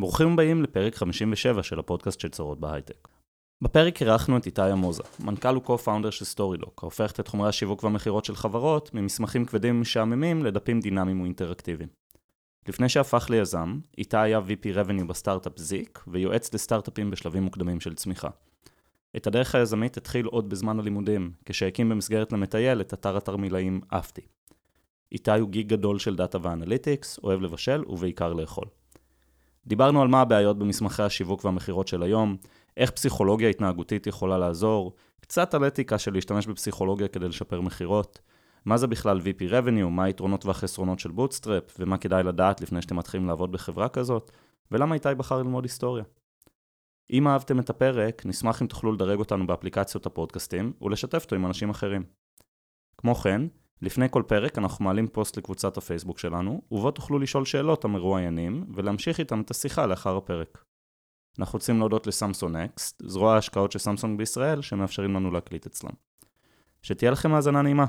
ברוכים הבאים לפרק 57 של הפודקאסט של צרות בהייטק. בפרק אירחנו את איתי עמוזה, מנכ"ל וקו-פאונדר של סטורילוק, ההופכת את חומרי השיווק והמחירות של חברות ממסמכים כבדים ומשעממים לדפים דינמיים ואינטראקטיביים. לפני שהפך ליזם, איתי היה VP Revenue בסטארט-אפ זיק, ויועץ לסטארט-אפים בשלבים מוקדמים של צמיחה. את הדרך היזמית התחיל עוד בזמן הלימודים, כשהקים במסגרת למטייל את אתר התרמילאים אפטי. איתי הוא גיג גדול של דאטה ואנליטיקס, אוהב לבשל ובעיקר לאכול. דיברנו על מה הבעיות במסמכי השיווק והמחירות של היום, איך פסיכולוגיה התנהגותית יכולה לעזור, קצת על אתיקה של להשתמש בפסיכולוגיה כדי לשפר מחירות, מה זה בכלל VP Revenue, מה היתרונות והחסרונות של בוטסטראפ, ומה כדאי לדעת לפני שאתם מתחילים לעבוד בחברה כזאת, ולמה איתי בחר ללמוד היסטוריה. אם אהבתם את הפרק, נשמח אם תוכלו לדרג אותנו באפליקציות הפודקאסטים, ולשתף אותו עם אנשים אחרים. כמו כן, לפני כל פרק אנחנו מעלים פוסט לקבוצת הפייסבוק שלנו, ובו תוכלו לשאול שאלות המרואיינים, ולהמשיך איתם את השיחה לאחר הפרק. אנחנו רוצים להודות לסמסונג נקסט, זרוע ההשקעות של סמסונג בישראל, שמאפשרים לנו להקליט אצלם. שתהיה לכם האזנה נעימה.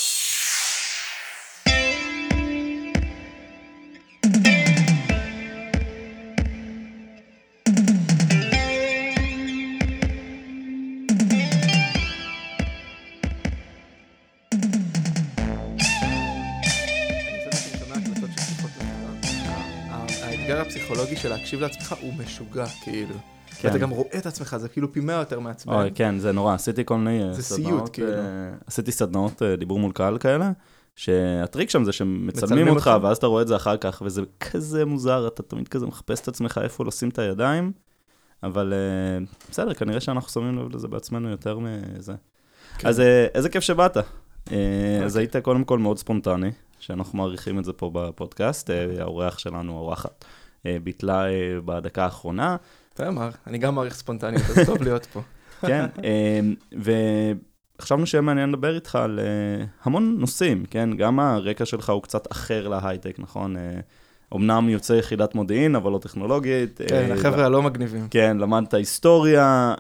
הפסיכולוגי של להקשיב לעצמך הוא משוגע, כאילו. ואתה גם רואה את עצמך, זה כאילו פי 100 יותר מעצבן. אוי, כן, זה נורא. עשיתי כל מיני זה סיוט, כאילו. עשיתי סדנאות דיבור מול קהל כאלה, שהטריק שם זה שמצלמים אותך, ואז אתה רואה את זה אחר כך, וזה כזה מוזר, אתה תמיד כזה מחפש את עצמך איפה לשים את הידיים, אבל בסדר, כנראה שאנחנו שמים לב לזה בעצמנו יותר מזה. אז איזה כיף שבאת. אז היית קודם כל מאוד ספונטני, שאנחנו מעריכים את זה פה בפודקאסט, האורח שלנו, האורחת, ביטלה בדקה האחרונה. אתה אמר, אני גם מעריך ספונטניות, אז טוב להיות פה. כן, וחשבנו שיהיה מעניין לדבר איתך על המון נושאים, כן? גם הרקע שלך הוא קצת אחר להייטק, נכון? אמנם יוצא יחידת מודיעין, אבל לא טכנולוגית. כן, החבר'ה הלא מגניבים. כן, למדת היסטוריה,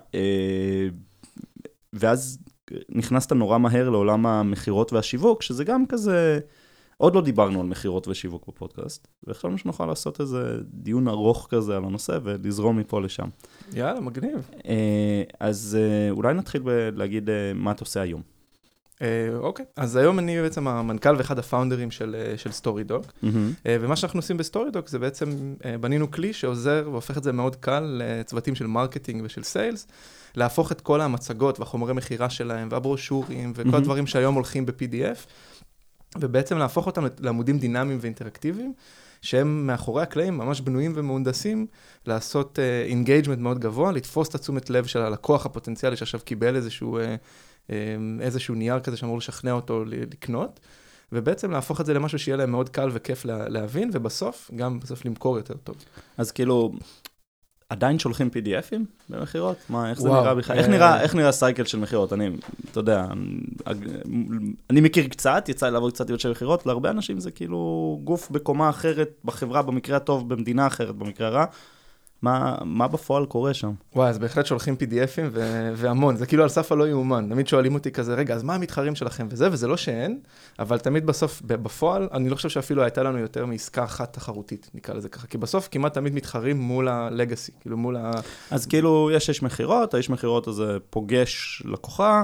ואז נכנסת נורא מהר לעולם המחירות והשיווק, שזה גם כזה, עוד לא דיברנו על מחירות ושיווק בפודקאסט, וחשבנו שנוכל לעשות איזה דיון ארוך כזה על הנושא, ולזרום מפה לשם. יאללה, מגניב. אז אולי נתחיל להגיד מה אתה עושה היום. אוקיי, אז היום אני בעצם המנכ"ל ואחד הפאונדרים של סטורידוק, ומה שאנחנו עושים בסטורידוק זה בעצם בנינו כלי שעוזר והופך את זה מאוד קל לצוותים של מרקטינג ושל סיילס, להפוך את כל המצגות והחומרי מחירה שלהם והברושורים וכל הדברים שהיום הולכים ב-PDF, ובעצם להפוך אותם לעמודים דינמיים ואינטראקטיביים, שהם מאחורי הקלעים ממש בנויים ומהונדסים, לעשות אינגייג'מנט מאוד גבוה, לתפוס את התשומת לב של הלקוח הפוטנציאלי שעכשיו קיבל איזשהו נייר כזה שאמור לשכנע אותו לקנות, ובעצם להפוך את זה למשהו שיהיה להם מאוד קל וכיף להבין, ובסוף, גם בסוף למכור יותר טוב. אז כאילו, עדיין שולחים PDFים במחירות? מה, איך זה נראה בכלל? איך נראה הסייקל של מחירות? אתה יודע, אני מכיר קצת, יצא לי לעבור קצת להיות של מחירות, להרבה אנשים זה כאילו גוף בקומה אחרת, בחברה, במקרה הטוב, במדינה אחרת, במקרה הרע. מה בפועל קורה שם? וואי, אז בהחלט שולחים PDFים והמון, זה כאילו על סף הלא יאומן. תמיד שואלים אותי כזה, רגע, אז מה המתחרים שלכם וזה לא שאין, אבל תמיד בסוף, בפועל, אני לא חושב שאפילו הייתה לנו יותר מעסקה אחת תחרותית, נקרא לזה ככה, כי בסוף כמעט תמיד מתחרים מול הלגאסי, כאילו מול אז כאילו יש מחירות, האיש מחירות הזה פוגש לקוחה,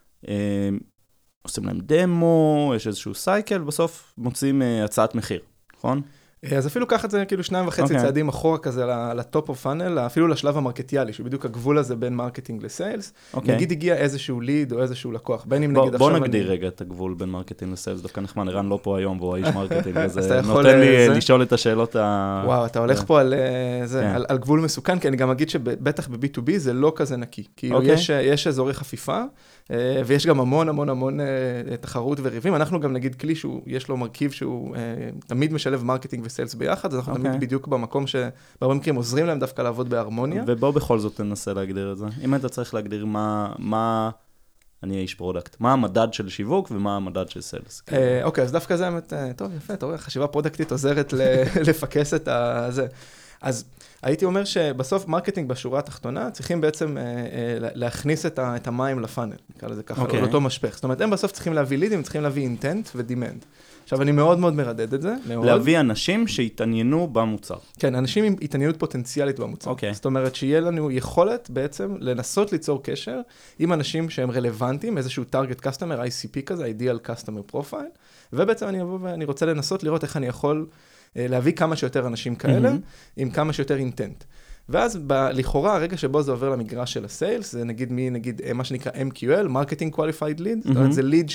עושים להם דמו, יש איזשהו סייקל, בסוף מוצאים הצעת מחיר, נכון? אז אפילו קח את זה כאילו 2.5 צעדים אחורה כזה לטופ אוף פאנל, אפילו לשלב המרקטיאלי, שבדיוק הגבול הזה בין מרקטינג לסיילס, נגיד הגיע איזשהו ליד או איזשהו לקוח, בין אם נגיד עכשיו... בוא נגדיר רגע את הגבול בין מרקטינג לסיילס, דווקא נחמן, ערן לא פה היום, והוא האיש מרקטינג, אז נותן לי לשאול את השאלות וואו, אתה הולך פה על גבול מסוכן, כי אני גם אגיד שבטח ב-B2B זה לא כזה נקי, כאילו יש אזורי חפיפה, ויש גם המון המון המון תחרות וריבים. אנחנו גם נגיד כלי שיש לו מרכיב שהוא תמיד משלב מרקטינג וסיילס ביחד, אז אנחנו תמיד בדיוק במקום שבהרבה מקרים עוזרים להם דווקא לעבוד בהרמוניה. ובוא בכל זאת תנסה להגדיר את זה. אם אתה צריך להגדיר מה אני איש פרודקט, מה המדד של שיווק ומה המדד של סיילס. אוקיי, אז דווקא זה באמת, טוב, יפה, אתה רואה, חשיבה פרודקטית עוזרת לפקס את זה. אז הייתי אומר שבסוף מרקטינג בשורה התחתונה צריכים בעצם להכניס את המים לפאנל, נקרא לזה ככה, לאותו משפך. זאת אומרת, הם בסוף צריכים להביא לידים, צריכים להביא אינטנט ודימנד. עכשיו, אני מאוד מאוד מרדד את זה, מאוד. להביא אנשים שהתעניינו במוצר. כן, אנשים עם התעניינות פוטנציאלית במוצר. אוקיי. זאת אומרת, שיהיה לנו יכולת בעצם לנסות ליצור קשר עם אנשים שהם רלוונטיים, איזשהו target customer, ICP כזה, ideal customer profile, ובעצם אני אבוא ואני רוצה לנסות לראות איך אני יכול להביא כמה שיותר אנשים כאלה, עם כמה שיותר intent. ואז לכאורה, הרגע שבו זה עובר למגרש של הסיילס, זה נגיד מה שנקרא MQL, Marketing Qualified Lead, זאת אומרת, זה ליד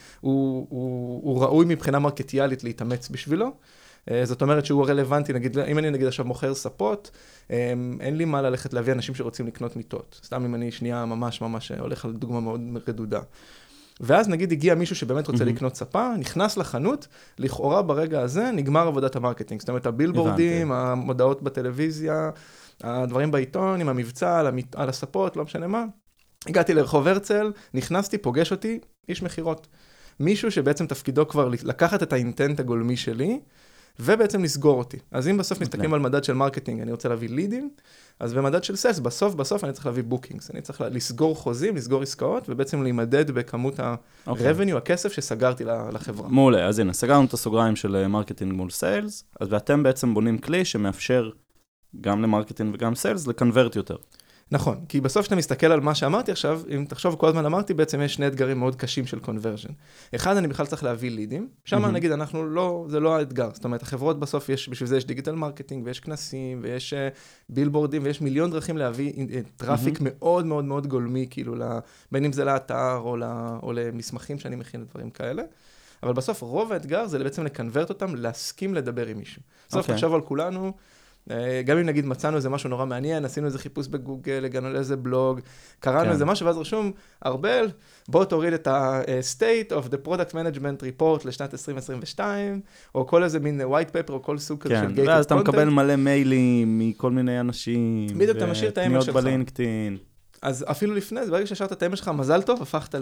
שהוא ראוי מבחינה מרקטיאלית להתאמץ בשבילו, זאת אומרת שהוא רלוונטי, אם אני נגיד עכשיו מוכר ספות, אין לי מה ללכת להביא אנשים שרוצים לקנות מיטות, סתם אם אני שנייה ממש הולך על דוגמה מאוד רדודה. ואז נגיד הגיע מישהו שבאמת רוצה לקנות ספה, נכנס לחנות, לכאורה ברגע הזה נגמר עבודת המרקטינג, זאת אומרת הבילבורדים, המודעות בטלוויזיה, הדברים בעיתון, עם המבצע, על הספות, לא משנה מה. הגעתי לרחוב הרצל, נכנסתי, פוגש אותי, איש מחירות. מישהו שבעצם תפקידו כבר לקחת את האינטנט הגולמי שלי, ובעצם לסגור אותי. אז אם בסוף מסתכלים על מדד של מרקטינג, אני רוצה להביא לידים, אז במדד של סלס, בסוף אני צריך להביא בוקינגס. אני צריך לסגור חוזים, לסגור עסקאות, ובעצם להימדד בכמות ה-revenue, הכסף שסגרתי לחברה. מעולה, אז הנה, סגרנו את הסוגריים של מרקטינג מול סיילס, אז ואתם בעצם בונים כלי שמאפשר גם למרקטינג וגם סיילס, לקנברט יותר. נכון, כי בסוף שאתה מסתכל על מה שאמרתי עכשיו, אם תחשוב כל הזמן אמרתי, בעצם יש שני אתגרים מאוד קשים של קונברז'ן. אחד, אני בכלל צריך להביא לידים, שם נגיד זה לא האתגר, זאת אומרת, החברות בסוף בשביל זה יש דיגיטל מרקטינג, ויש כנסים, ויש בילבורדים, ויש מיליון דרכים להביא טראפיק מאוד מאוד מאוד גולמי, כאילו, בין אם זה לאתר, או למסמכים שאני מכין לדברים כאלה. אבל בסוף רוב האתגר זה בעצם לקנברט אותם, להסכים לדבר עם מישהו. בסוף נחשוב על כולנו, גם אם נגיד מצאנו איזה משהו נורא מעניין, עשינו איזה חיפוש בגוגל, הגענו לאיזה בלוג, קראנו איזה משהו, ואז רשום, ארבל, בוא תוריד את ה-State of the Product Management Report לשנת 2022, או כל איזה מין white paper, או כל סוג כזה של gated content. ואז אתה מקבל מלא מיילים מכל מיני אנשים, בדיוק, אתה משאיר את האימייל שלך. פניות בלינקדאין. אז אפילו לפני זה, ברגע שהשארת את האימייל שלך, מזל טוב,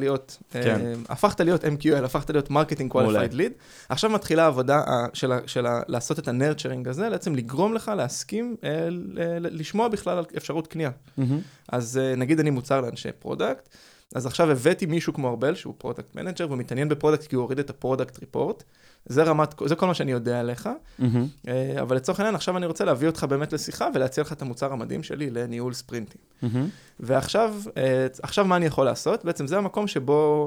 הפכת להיות MQL, הפכת להיות Marketing Qualified Lead. עכשיו מתחילה העבודה של לעשות את הנרצ'רינג הזה, בעצם לגרום לך להסכים לשמוע בכלל על אפשרות קנייה. אז נגיד אני מוצר לאנשי פרודקט, אז עכשיו הבאתי מישהו כמו ארבל, שהוא פרודקט מנג'ר, והוא מתעניין בפרודקט כי הוא הוריד את הפרודקט ריפורט. זה כל מה שאני יודע עליך. אבל לצורך העניין, עכשיו אני רוצה להביא אותך באמת לשיחה, ולהציע לך את המוצר המדהים שלי לניהול ספרינטים. ועכשיו מה אני יכול לעשות? בעצם זה המקום שבו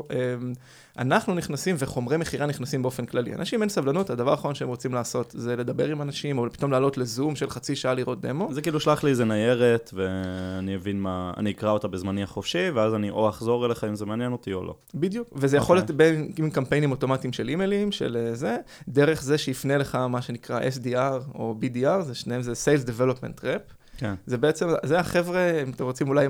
אנחנו נכנסים, וחומרי מחירה נכנסים באופן כללי. אנשים אין סבלנות, הדבר האחרון שהם רוצים לעשות, זה לדבר עם אנשים, או פתאום לעלות לזום של חצי שעה לראות דמו. זה כאילו שלח לי איזה ניירת, ואני אבין אני אקרא אותה בזמני החופשי, ואז אני או אחזור אליך אם זה מעניין אותי או לא. בדיוק, וזה יכול להיות בין קמפיינים אוטומטיים של אימיילים, של זה, דרך זה שיפנה לך מה שנקרא SDR או BDR, זה שניהם, זה Sales Development Rep. כן. זה בעצם, זה החבר'ה, אם אתם רוצים אולי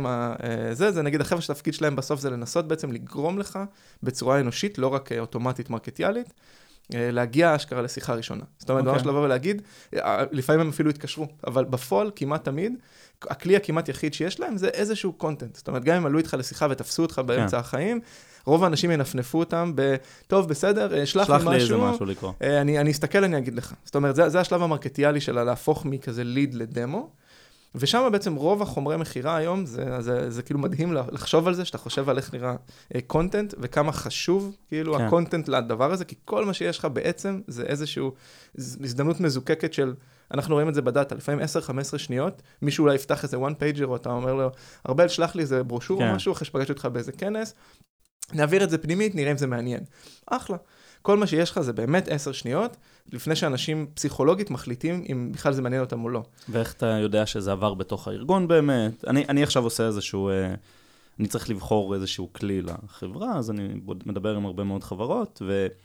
זה נגיד החבר'ה שהתפקיד שלהם בסוף זה לנסות בעצם לגרום לך בצורה אנושית, לא רק אוטומטית מרקטיאלית, להגיע אשכרה לשיחה ראשונה. זאת אומרת, ממש לבוא ולהגיד, לפעמים הם אפילו התקשרו, אבל בפועל כמעט תמיד, הכלי הכמעט יחיד שיש להם זה איזשהו קונטנט. זאת אומרת, גם אם עלו איתך לשיחה ותפסו אותך באמצע החיים, רוב האנשים ינפנפו אותם טוב, בסדר, שלח לי איזה משהו לקרוא. אני אסתכל, אני אגיד לך. זאת אומרת, זה השלב המרקטיאלי שלה להפוך מכזה ליד לדמו, ושם בעצם רוב החומרי מחירה היום, זה כאילו מדהים לחשוב על זה, שאתה חושב על איך נראה קונטנט, וכמה חשוב כאילו הקונטנט לדבר הזה, כי כל מה שיש לך בעצם זה איזשהו הזדמנות מזוקקת של, אנחנו רואים את זה בדאטה, לפעמים 10-15 שניות, מישהו אולי יפתח איזה one pager, או אתה אומר לו, ארבל, שלח לי איזה ברושור או משהו, אחרי שפגשתי אותך באיזה כנס, נעביר את זה פנימית, נראה אם זה מעניין. אחלה. כל מה שיש לך זה באמת 10 שניות, לפני שאנשים פסיכולוגית מחליטים אם בכלל זה מעניין אותם או לא. ואיך אתה יודע שזה עבר בתוך הארגון באמת? אני עכשיו עושה איזשהו, אני צריך לבחור איזשהו כלי לחברה, אז אני מדבר עם הרבה מאוד חברות,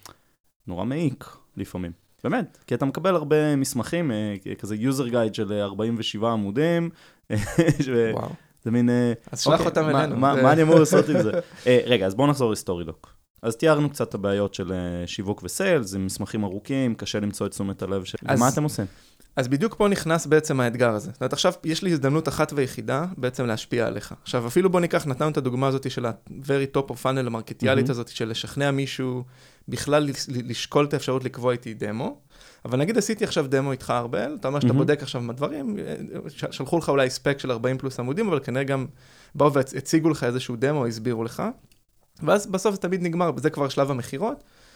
ונורא מעיק לפעמים. באמת, כי אתה מקבל הרבה מסמכים, כזה user guide של 47 עמודים, וואו. זה מין... אז שלח אותם אלינו. מה אני אמור לעשות עם זה? רגע, אז בואו נחזור לסטורידוק. אז תיארנו קצת את הבעיות של שיווק וסיילס, עם מסמכים ארוכים, קשה למצוא את תשומת הלב של... מה אתם עושים? אז בדיוק פה נכנס בעצם האתגר הזה. זאת אומרת, עכשיו יש לי הזדמנות אחת ויחידה בעצם להשפיע עליך. עכשיו, אפילו בוא ניקח, נתנו את הדוגמה הזאת של ה-very top of funnel המרקטיאלית הזאת, של לשכנע מישהו, בכלל לשקול את האפשרות לקבוע איתי דמו, אבל נגיד עשיתי עכשיו דמו איתך ארבל, אתה אומר שאתה בודק עכשיו מהדברים, שלחו לך אולי ספק של 40 פלוס עמודים, אבל כנראה גם באו והציגו לך איזשהו דמו, הסבירו לך, ואז בסוף זה תמיד נגמר, זה כבר שלב המחירות,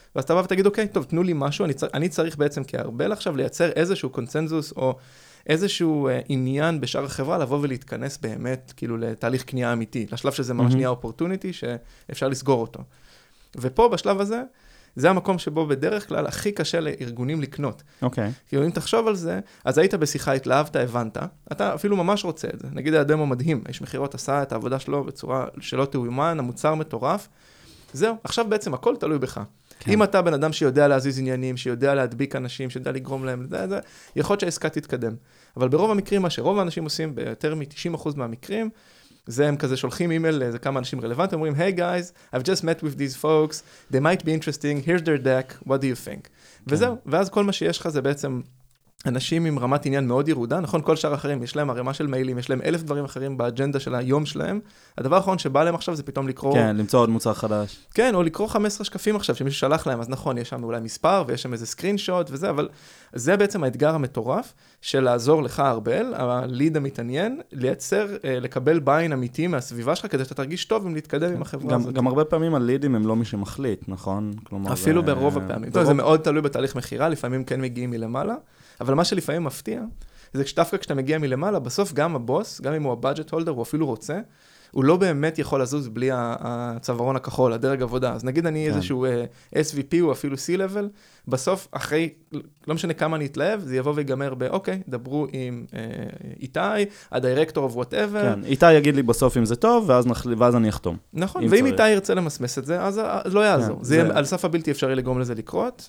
ואז אתה בא ותגיד, אוקיי, טוב, תנו לי משהו, אני צריך בעצם כארבל עכשיו לייצר איזשהו קונצנזוס, או איזשהו עניין בשאר החברה, לבוא ולהתכנס באמת, כאילו, לתהליך קנייה אמיתי, לשלב שזה ממש נהיה אופורטוניטי, שאפשר לסגור אותו. ופה, בשלב הזה, זה המקום שבו בדרך כלל הכי קשה לארגונים לקנות. אוקיי. כאילו, אם תחשוב על זה, אז היית בשיחה, התלהבת, הבנת, אתה אפילו ממש רוצה את זה. נגיד, הדמו מדהים, האיש מחירות עשה את העבודה שלו בצורה שלא תאומן, המוצר מטורף. זהו, עכשיו בעצם הכל תלוי בך. כן. אם אתה בן אדם שיודע להזיז עניינים, שיודע להדביק אנשים, שיודע לגרום להם, זה, יכול להיות שהעסקה תתקדם. אבל ברוב המקרים, מה שרוב האנשים עושים, ביותר מ-90% מהמקרים, זה הם כזה שולחים אימייל לאיזה כמה אנשים רלוונטיים, אומרים, hey guys, I've just met with these folks, they might be interesting, here's their deck, what do you think? וזהו, ואז כל מה שיש לך זה בעצם אנשים עם רמת עניין מאוד ירודה, נכון? כל שאר אחרים, יש להם הרמה של מיילים, יש להם 1000 דברים אחרים באג'נדה של היום שלהם. הדבר האחרון שבא להם עכשיו זה פתאום לקרוא... כן, למצוא עוד מוצר חדש. כן, או לקרוא 15 שקפים עכשיו, שמישהו שלח להם, אז נכון, יש שם אולי מספר, ויש שם איזה סקרין שוט וזה, אבל זה בעצם האתגר המטורף של לעזור לך ארבל, הליד המתעניין, לייצר, לקבל ביין אמיתי מהסביבה שלך, כדי שאתה תרגיש טוב אם להתקדם עם החברה הזאת. גם הרבה פעמים הלידים הם לא מי שמחליט, נכון? אפילו ברוב הפעמים. זה מאוד תלוי בתהליך מחירה, לפעמים כן מגיעים מלמעלה, אבל מה שלפעמים מפתיע, זה דווקא כשאתה מגיע מלמעלה, בסוף גם הבוס, גם אם הוא הבאג'ט הולדר, הוא אפילו רוצה, הוא לא באמת יכול לזוז בלי הצווארון הכחול, הדרג עבודה. אז נגיד אני איזשהו SVP או אפילו C-Level, בסוף אחרי, לא משנה כמה אני אתלהב, זה יבוא ויגמר אוקיי, דברו עם איתי, הדירקטור of whatever. כן, איתי יגיד לי בסוף אם זה טוב, ואז אני אחתום. נכון, ואם איתי ירצה למסמס את זה, אז לא יעזור. זה על סף הבלתי אפשרי לגרום לזה לקרות.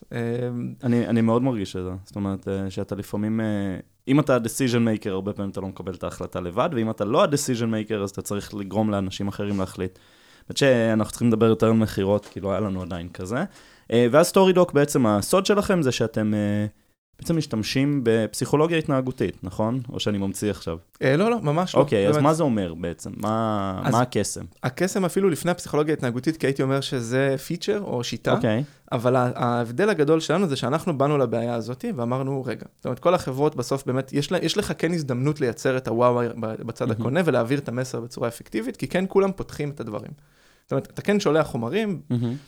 אני מאוד מרגיש את זה. זאת אומרת, שאתה לפעמים... אם אתה ה-decision maker, הרבה פעמים אתה לא מקבל את ההחלטה לבד, ואם אתה לא ה-decision maker, אז אתה צריך לגרום לאנשים אחרים להחליט. באמת שאנחנו צריכים לדבר יותר על מחירות, כי לא היה לנו עדיין כזה. ואז StoryDoc בעצם, הסוד שלכם זה שאתם בעצם משתמשים בפסיכולוגיה התנהגותית, נכון? או שאני ממציא עכשיו? לא, ממש לא. אוקיי, אז מה זה אומר בעצם? מה הקסם? הקסם אפילו לפני הפסיכולוגיה ההתנהגותית, כי הייתי אומר שזה פיצ'ר או שיטה, אוקיי. אבל ההבדל הגדול שלנו זה שאנחנו באנו לבעיה הזאת ואמרנו, רגע, זאת אומרת, כל החברות בסוף באמת, יש לך כן הזדמנות לייצר את הוואו בצד הקונה ולהעביר את המסר בצורה אפקטיבית, כי כן כולם פותחים את הדברים. זאת אומרת, אתה כן שולח חומרים,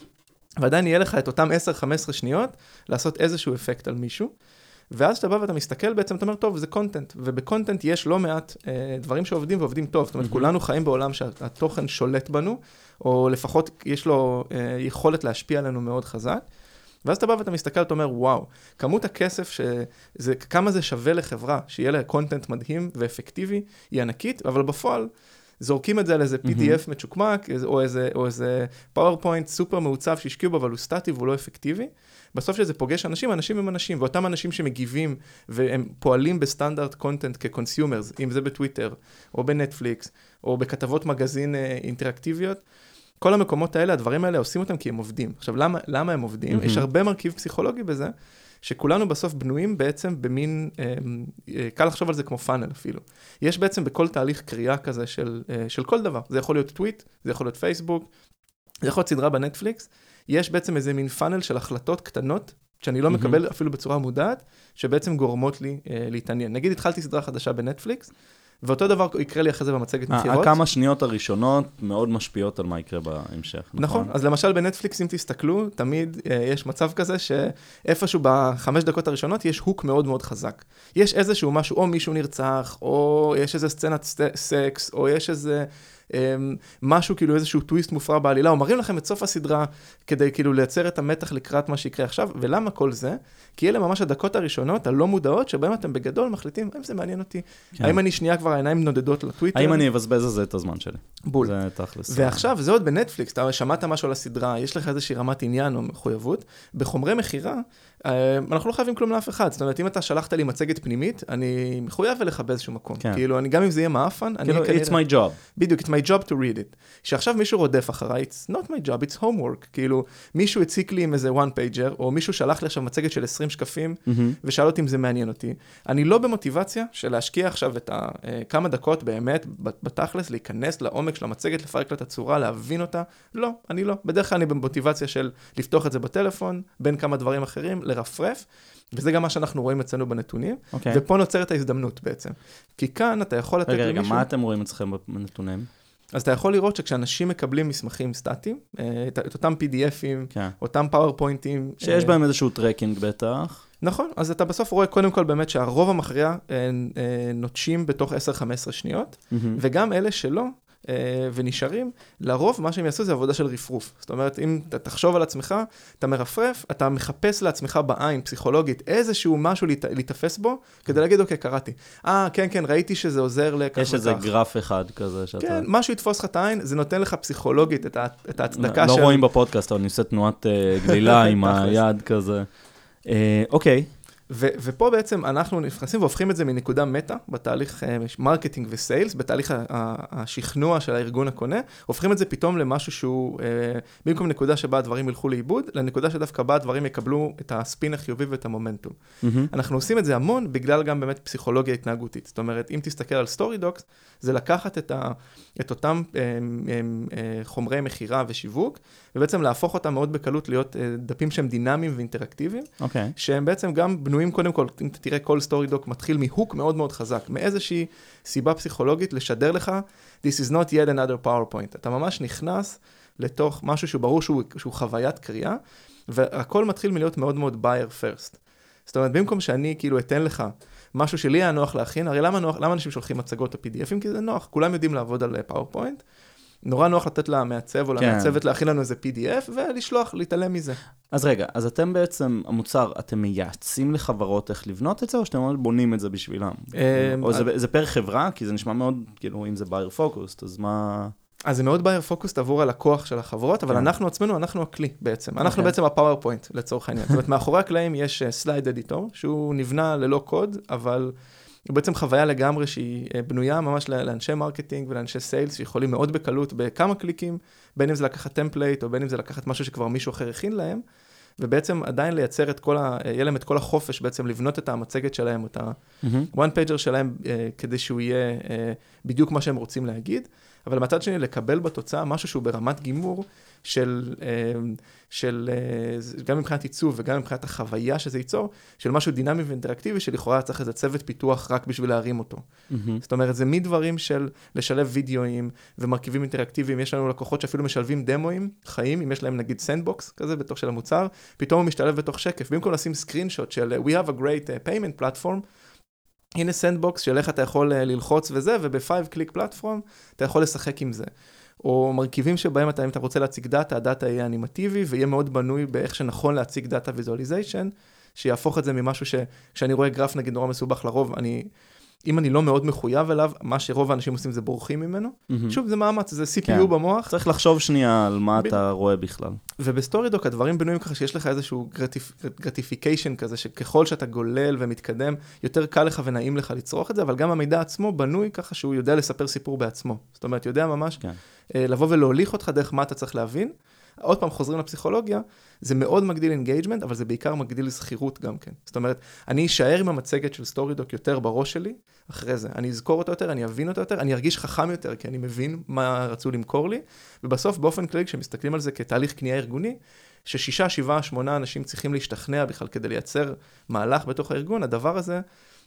ועדיין יהיה לך את אותם 10-15 שניות לעשות איזשהו אפקט על מישהו, ואז שאתה בא ואתה מסתכל בעצם, אתה אומר, טוב, זה קונטנט, ובקונטנט יש לא מעט דברים שעובדים ועובדים טוב, זאת אומרת, כולנו חיים בעולם שהתוכן שולט בנו, או לפחות יש לו יכולת להשפיע עלינו מאוד חזק, ואז אתה בא ואתה מסתכל, אתה אומר, וואו, כמות הכסף, כמה זה שווה לחברה, שיהיה לה קונטנט מדהים ואפקטיבי, היא ענקית, אבל בפועל, זורקים את זה על איזה PDF מצ'וקמק, או איזה PowerPoint סופר מעוצב שהשקיעו בו, אבל הוא סטטי והוא לא אפקטיבי. בסוף שזה פוגש אנשים, אנשים הם אנשים, ואותם אנשים שמגיבים, והם פועלים בסטנדרט קונטנט כקונסיומרס, אם זה בטוויטר, או בנטפליקס, או בכתבות מגזין אינטראקטיביות, כל המקומות האלה, הדברים האלה עושים אותם כי הם עובדים. עכשיו, למה הם עובדים? יש הרבה מרכיב פסיכולוגי בזה, שכולנו בסוף בנויים בעצם במין, קל לחשוב על זה כמו פאנל אפילו. יש בעצם בכל תהליך קריאה כזה של כל דבר. זה יכול להיות טוויט, זה יכול להיות פייסבוק, זה יכול להיות סדרה בנטפליקס. יש בעצם איזה מין פאנל של החלטות קטנות, שאני לא מקבל אפילו בצורה מודעת, שבעצם גורמות לי להתעניין. נגיד, התחלתי סדרה חדשה בנטפליקס, ואותו דבר יקרה לי אחרי זה במצגת מחירות. כמה שניות הראשונות מאוד משפיעות על מה יקרה בהמשך. נכון, אז למשל בנטפליקס, אם תסתכלו, תמיד יש מצב כזה שאיפשהו ב5 דקות הראשונות יש הוק מאוד מאוד חזק. יש איזשהו משהו, או מישהו נרצח, או יש איזה סצנת סקס, או יש איזה משהו, כאילו איזשהו טוויסט מופרע בעלילה, או מראים לכם את סוף הסדרה, כדי כאילו לייצר את המתח לקראת מה שיקרה עכשיו, ולמה כל זה? כי אלה ממש הדקות הראשונות, הלא מודעות, שבהם אתם בגדול מחליטים, האם זה מעניין אותי? האם אני שנייה כבר העיניים נודדות לטוויטר? האם אני אבזבז על זה את הזמן שלי? בול. זה תכלס. ועכשיו, זה עוד בנטפליקס, אתה שמעת משהו על הסדרה, יש לך איזושהי רמת עניין או מחויבות, בחומרי מחירה, אנחנו לא חייבים כלום לאף אחד, זאת אומרת, אם אתה שלחת לי מצגת פנימית, אני מחויב אליך באיזשהו מקום. כאילו, גם אם זה יהיה מאפן, כאילו, it's my job. בדיוק, it's my job to read it. שעכשיו מישהו רודף אחריי, it's not my job, it's homework. כאילו, מישהו הציק לי עם איזה one pager, או מישהו שלח לי עכשיו מצגת של 20 שקפים, ושאל אותי אם זה מעניין אותי. אני לא במוטיבציה של להשקיע עכשיו את כמה דקות באמת, בתכלס, להיכנס לעומק של המצגת, לפרק לה את הצורה, להבין אותה. לא, אני לא. בדרך כלל אני במוטיבציה של לפתוח את זה בטלפון, בין כמה דברים אחרים, לרפרף, וזה גם מה שאנחנו רואים אצלנו בנתונים, ופה נוצרת ההזדמנות בעצם. כי כאן אתה יכול לתת למישהו... רגע, מה אתם רואים אצלכם בנתונים? אז אתה יכול lrאות שכשאנשים מקבלים מסמכים סטטיים, את אותם PDFים, כן. אותם PowerPointים. שיש בהם איזשהו טרקינג בטח. נכון, אז אתה בסוף רואה קודם כל באמת שהרוב המכריע נוטשים בתוך 10-15 שניות, וגם אלה שלא ונשארים, לרוב מה שהם יעשו זה עבודה של רפרוף. זאת אומרת, אם אתה תחשוב על עצמך, אתה מרפרף, אתה מחפש לעצמך בעין פסיכולוגית איזשהו משהו להתאפס בו, כדי להגיד, אוקיי, קראתי. כן, ראיתי שזה עוזר לכך וכך. יש איזה גרף אחד כזה שאתה... כן, משהו יתפוס לך את העין, זה נותן לך פסיכולוגית את ההצדקה של... לא רואים בפודקאסט, אבל אני עושה תנועת גלילה עם היד כזה. אוקיי. ופה בעצם אנחנו נכנסים והופכים את זה מנקודה מטה, בתהליך מרקטינג וסיילס, בתהליך השכנוע של הארגון הקונה, הופכים את זה פתאום למשהו שהוא, במקום נקודה שבה הדברים ילכו לאיבוד, לנקודה שדווקא בה הדברים יקבלו את הספין החיובי ואת המומנטום. אנחנו עושים את זה המון בגלל גם באמת פסיכולוגיה התנהגותית. זאת אומרת, אם תסתכל על StoryDocs, זה לקחת את אותם חומרי מחירה ושיווק, ובעצם להפוך אותם מאוד בקלות להיות דפים שהם דינמיים ואינטראקטיביים, שהם בעצם גם בנויים קודם כל, אם אתה תראה כל StoryDoc מתחיל מהוק מאוד מאוד חזק, מאיזושהי סיבה פסיכולוגית לשדר לך, this is not yet another PowerPoint. אתה ממש נכנס לתוך משהו שברור שהוא חוויית קריאה, והכל מתחיל מלהיות מאוד מאוד buyer first. זאת אומרת, במקום שאני כאילו אתן לך משהו שלי היה נוח להכין, הרי למה אנשים שולחים מצגות ה-PDFים? כי זה נוח, כולם יודעים לעבוד על PowerPoint, נורא נוח לתת למעצב או למעצבת להכין לנו איזה PDF ולשלוח, להתעלם מזה. אז רגע, אז אתם בעצם, המוצר, אתם מייעצים לחברות איך לבנות את זה, או שאתם בונים את זה בשבילם? או זה פר חברה? כי זה נשמע מאוד, כאילו, אם זה buyer focused, אז מה... אז זה מאוד buyer focused עבור הלקוח של החברות, אבל אנחנו עצמנו, אנחנו הכלי בעצם. אנחנו בעצם ה-PowerPoint לצורך העניין. זאת אומרת, מאחורי הקלעים יש סלייד אדיטור, שהוא נבנה ללא קוד, אבל הוא בעצם חוויה לגמרי שהיא בנויה ממש לאנשי מרקטינג ולאנשי סיילס, שיכולים מאוד בקלות בכמה קליקים, בין אם זה לקחת טמפלייט, או בין אם זה לקחת משהו שכבר מישהו אחר הכין להם, ובעצם עדיין לייצר יהיה להם את כל החופש בעצם לבנות את המצגת שלהם, את ה-one pager שלהם, כדי שהוא יהיה בדיוק מה שהם רוצים להגיד, אבל מצד שני לקבל בתוצאה משהו שהוא ברמת גימור גם מבחינת עיצוב וגם מבחינת החוויה שזה ייצור, של משהו דינמי ואינטראקטיבי, שלכאורה צריך איזה צוות פיתוח רק בשביל להרים אותו. זאת אומרת, זה מדברים של לשלב וידאוים ומרכיבים אינטראקטיביים, יש לנו לקוחות שאפילו משלבים דמוים חיים, אם יש להם נגיד סנדבוקס כזה בתוך של המוצר, פתאום הוא משתלב בתוך שקף, במקום לשים סקרינשוט של we have a great payment platform, הנה סנדבוקס של איך אתה יכול ללחוץ וזה, וב-5 click platform אתה יכול לשחק עם זה. או מרכיבים שבהם אם אתה רוצה להציג דאטה, הדאטה יהיה אנימטיבי, ויהיה מאוד בנוי באיך שנכון להציג דאטה ויזואליזיישן, שיהפוך את זה ממשהו כשאני רואה גרף נגיד נורא מסובך לרוב, אם אני לא מאוד מחויב אליו, מה שרוב האנשים עושים זה בורחים ממנו. שוב, זה מאמץ, זה CPU במוח. צריך לחשוב שנייה על מה אתה רואה בכלל. ובסטורידוק הדברים בנויים ככה שיש לך איזשהו gratification כזה, שככל שאתה גולל ומתקדם, יותר קל לך ונעים לך לצרוך את זה, אבל גם המידע עצמו בנוי ככה שהוא יודע לספר סיפור בעצמו. זאת אומרת, יודע ממש לבוא ולהוליך אותך דרך מה אתה צריך להבין. עוד פעם חוזרים לפסיכולוגיה, זה מאוד מגדיל אינגייג'מנט, אבל זה בעיקר מגדיל לזכירות גם כן. זאת אומרת, אני אשאר עם המצגת של סטורידוק יותר בראש שלי, אחרי זה. אני אזכור אותו יותר, אני אבין אותו יותר, אני ארגיש חכם יותר, כי אני מבין מה רצו למכור לי, ובסוף באופן כללי, כשמסתכלים על זה כתהליך קנייה ארגוני, ש6, 7, 8 אנשים צריכים להשתכנע בכלל כדי לייצר מהלך בתוך הארגון, הדבר הזה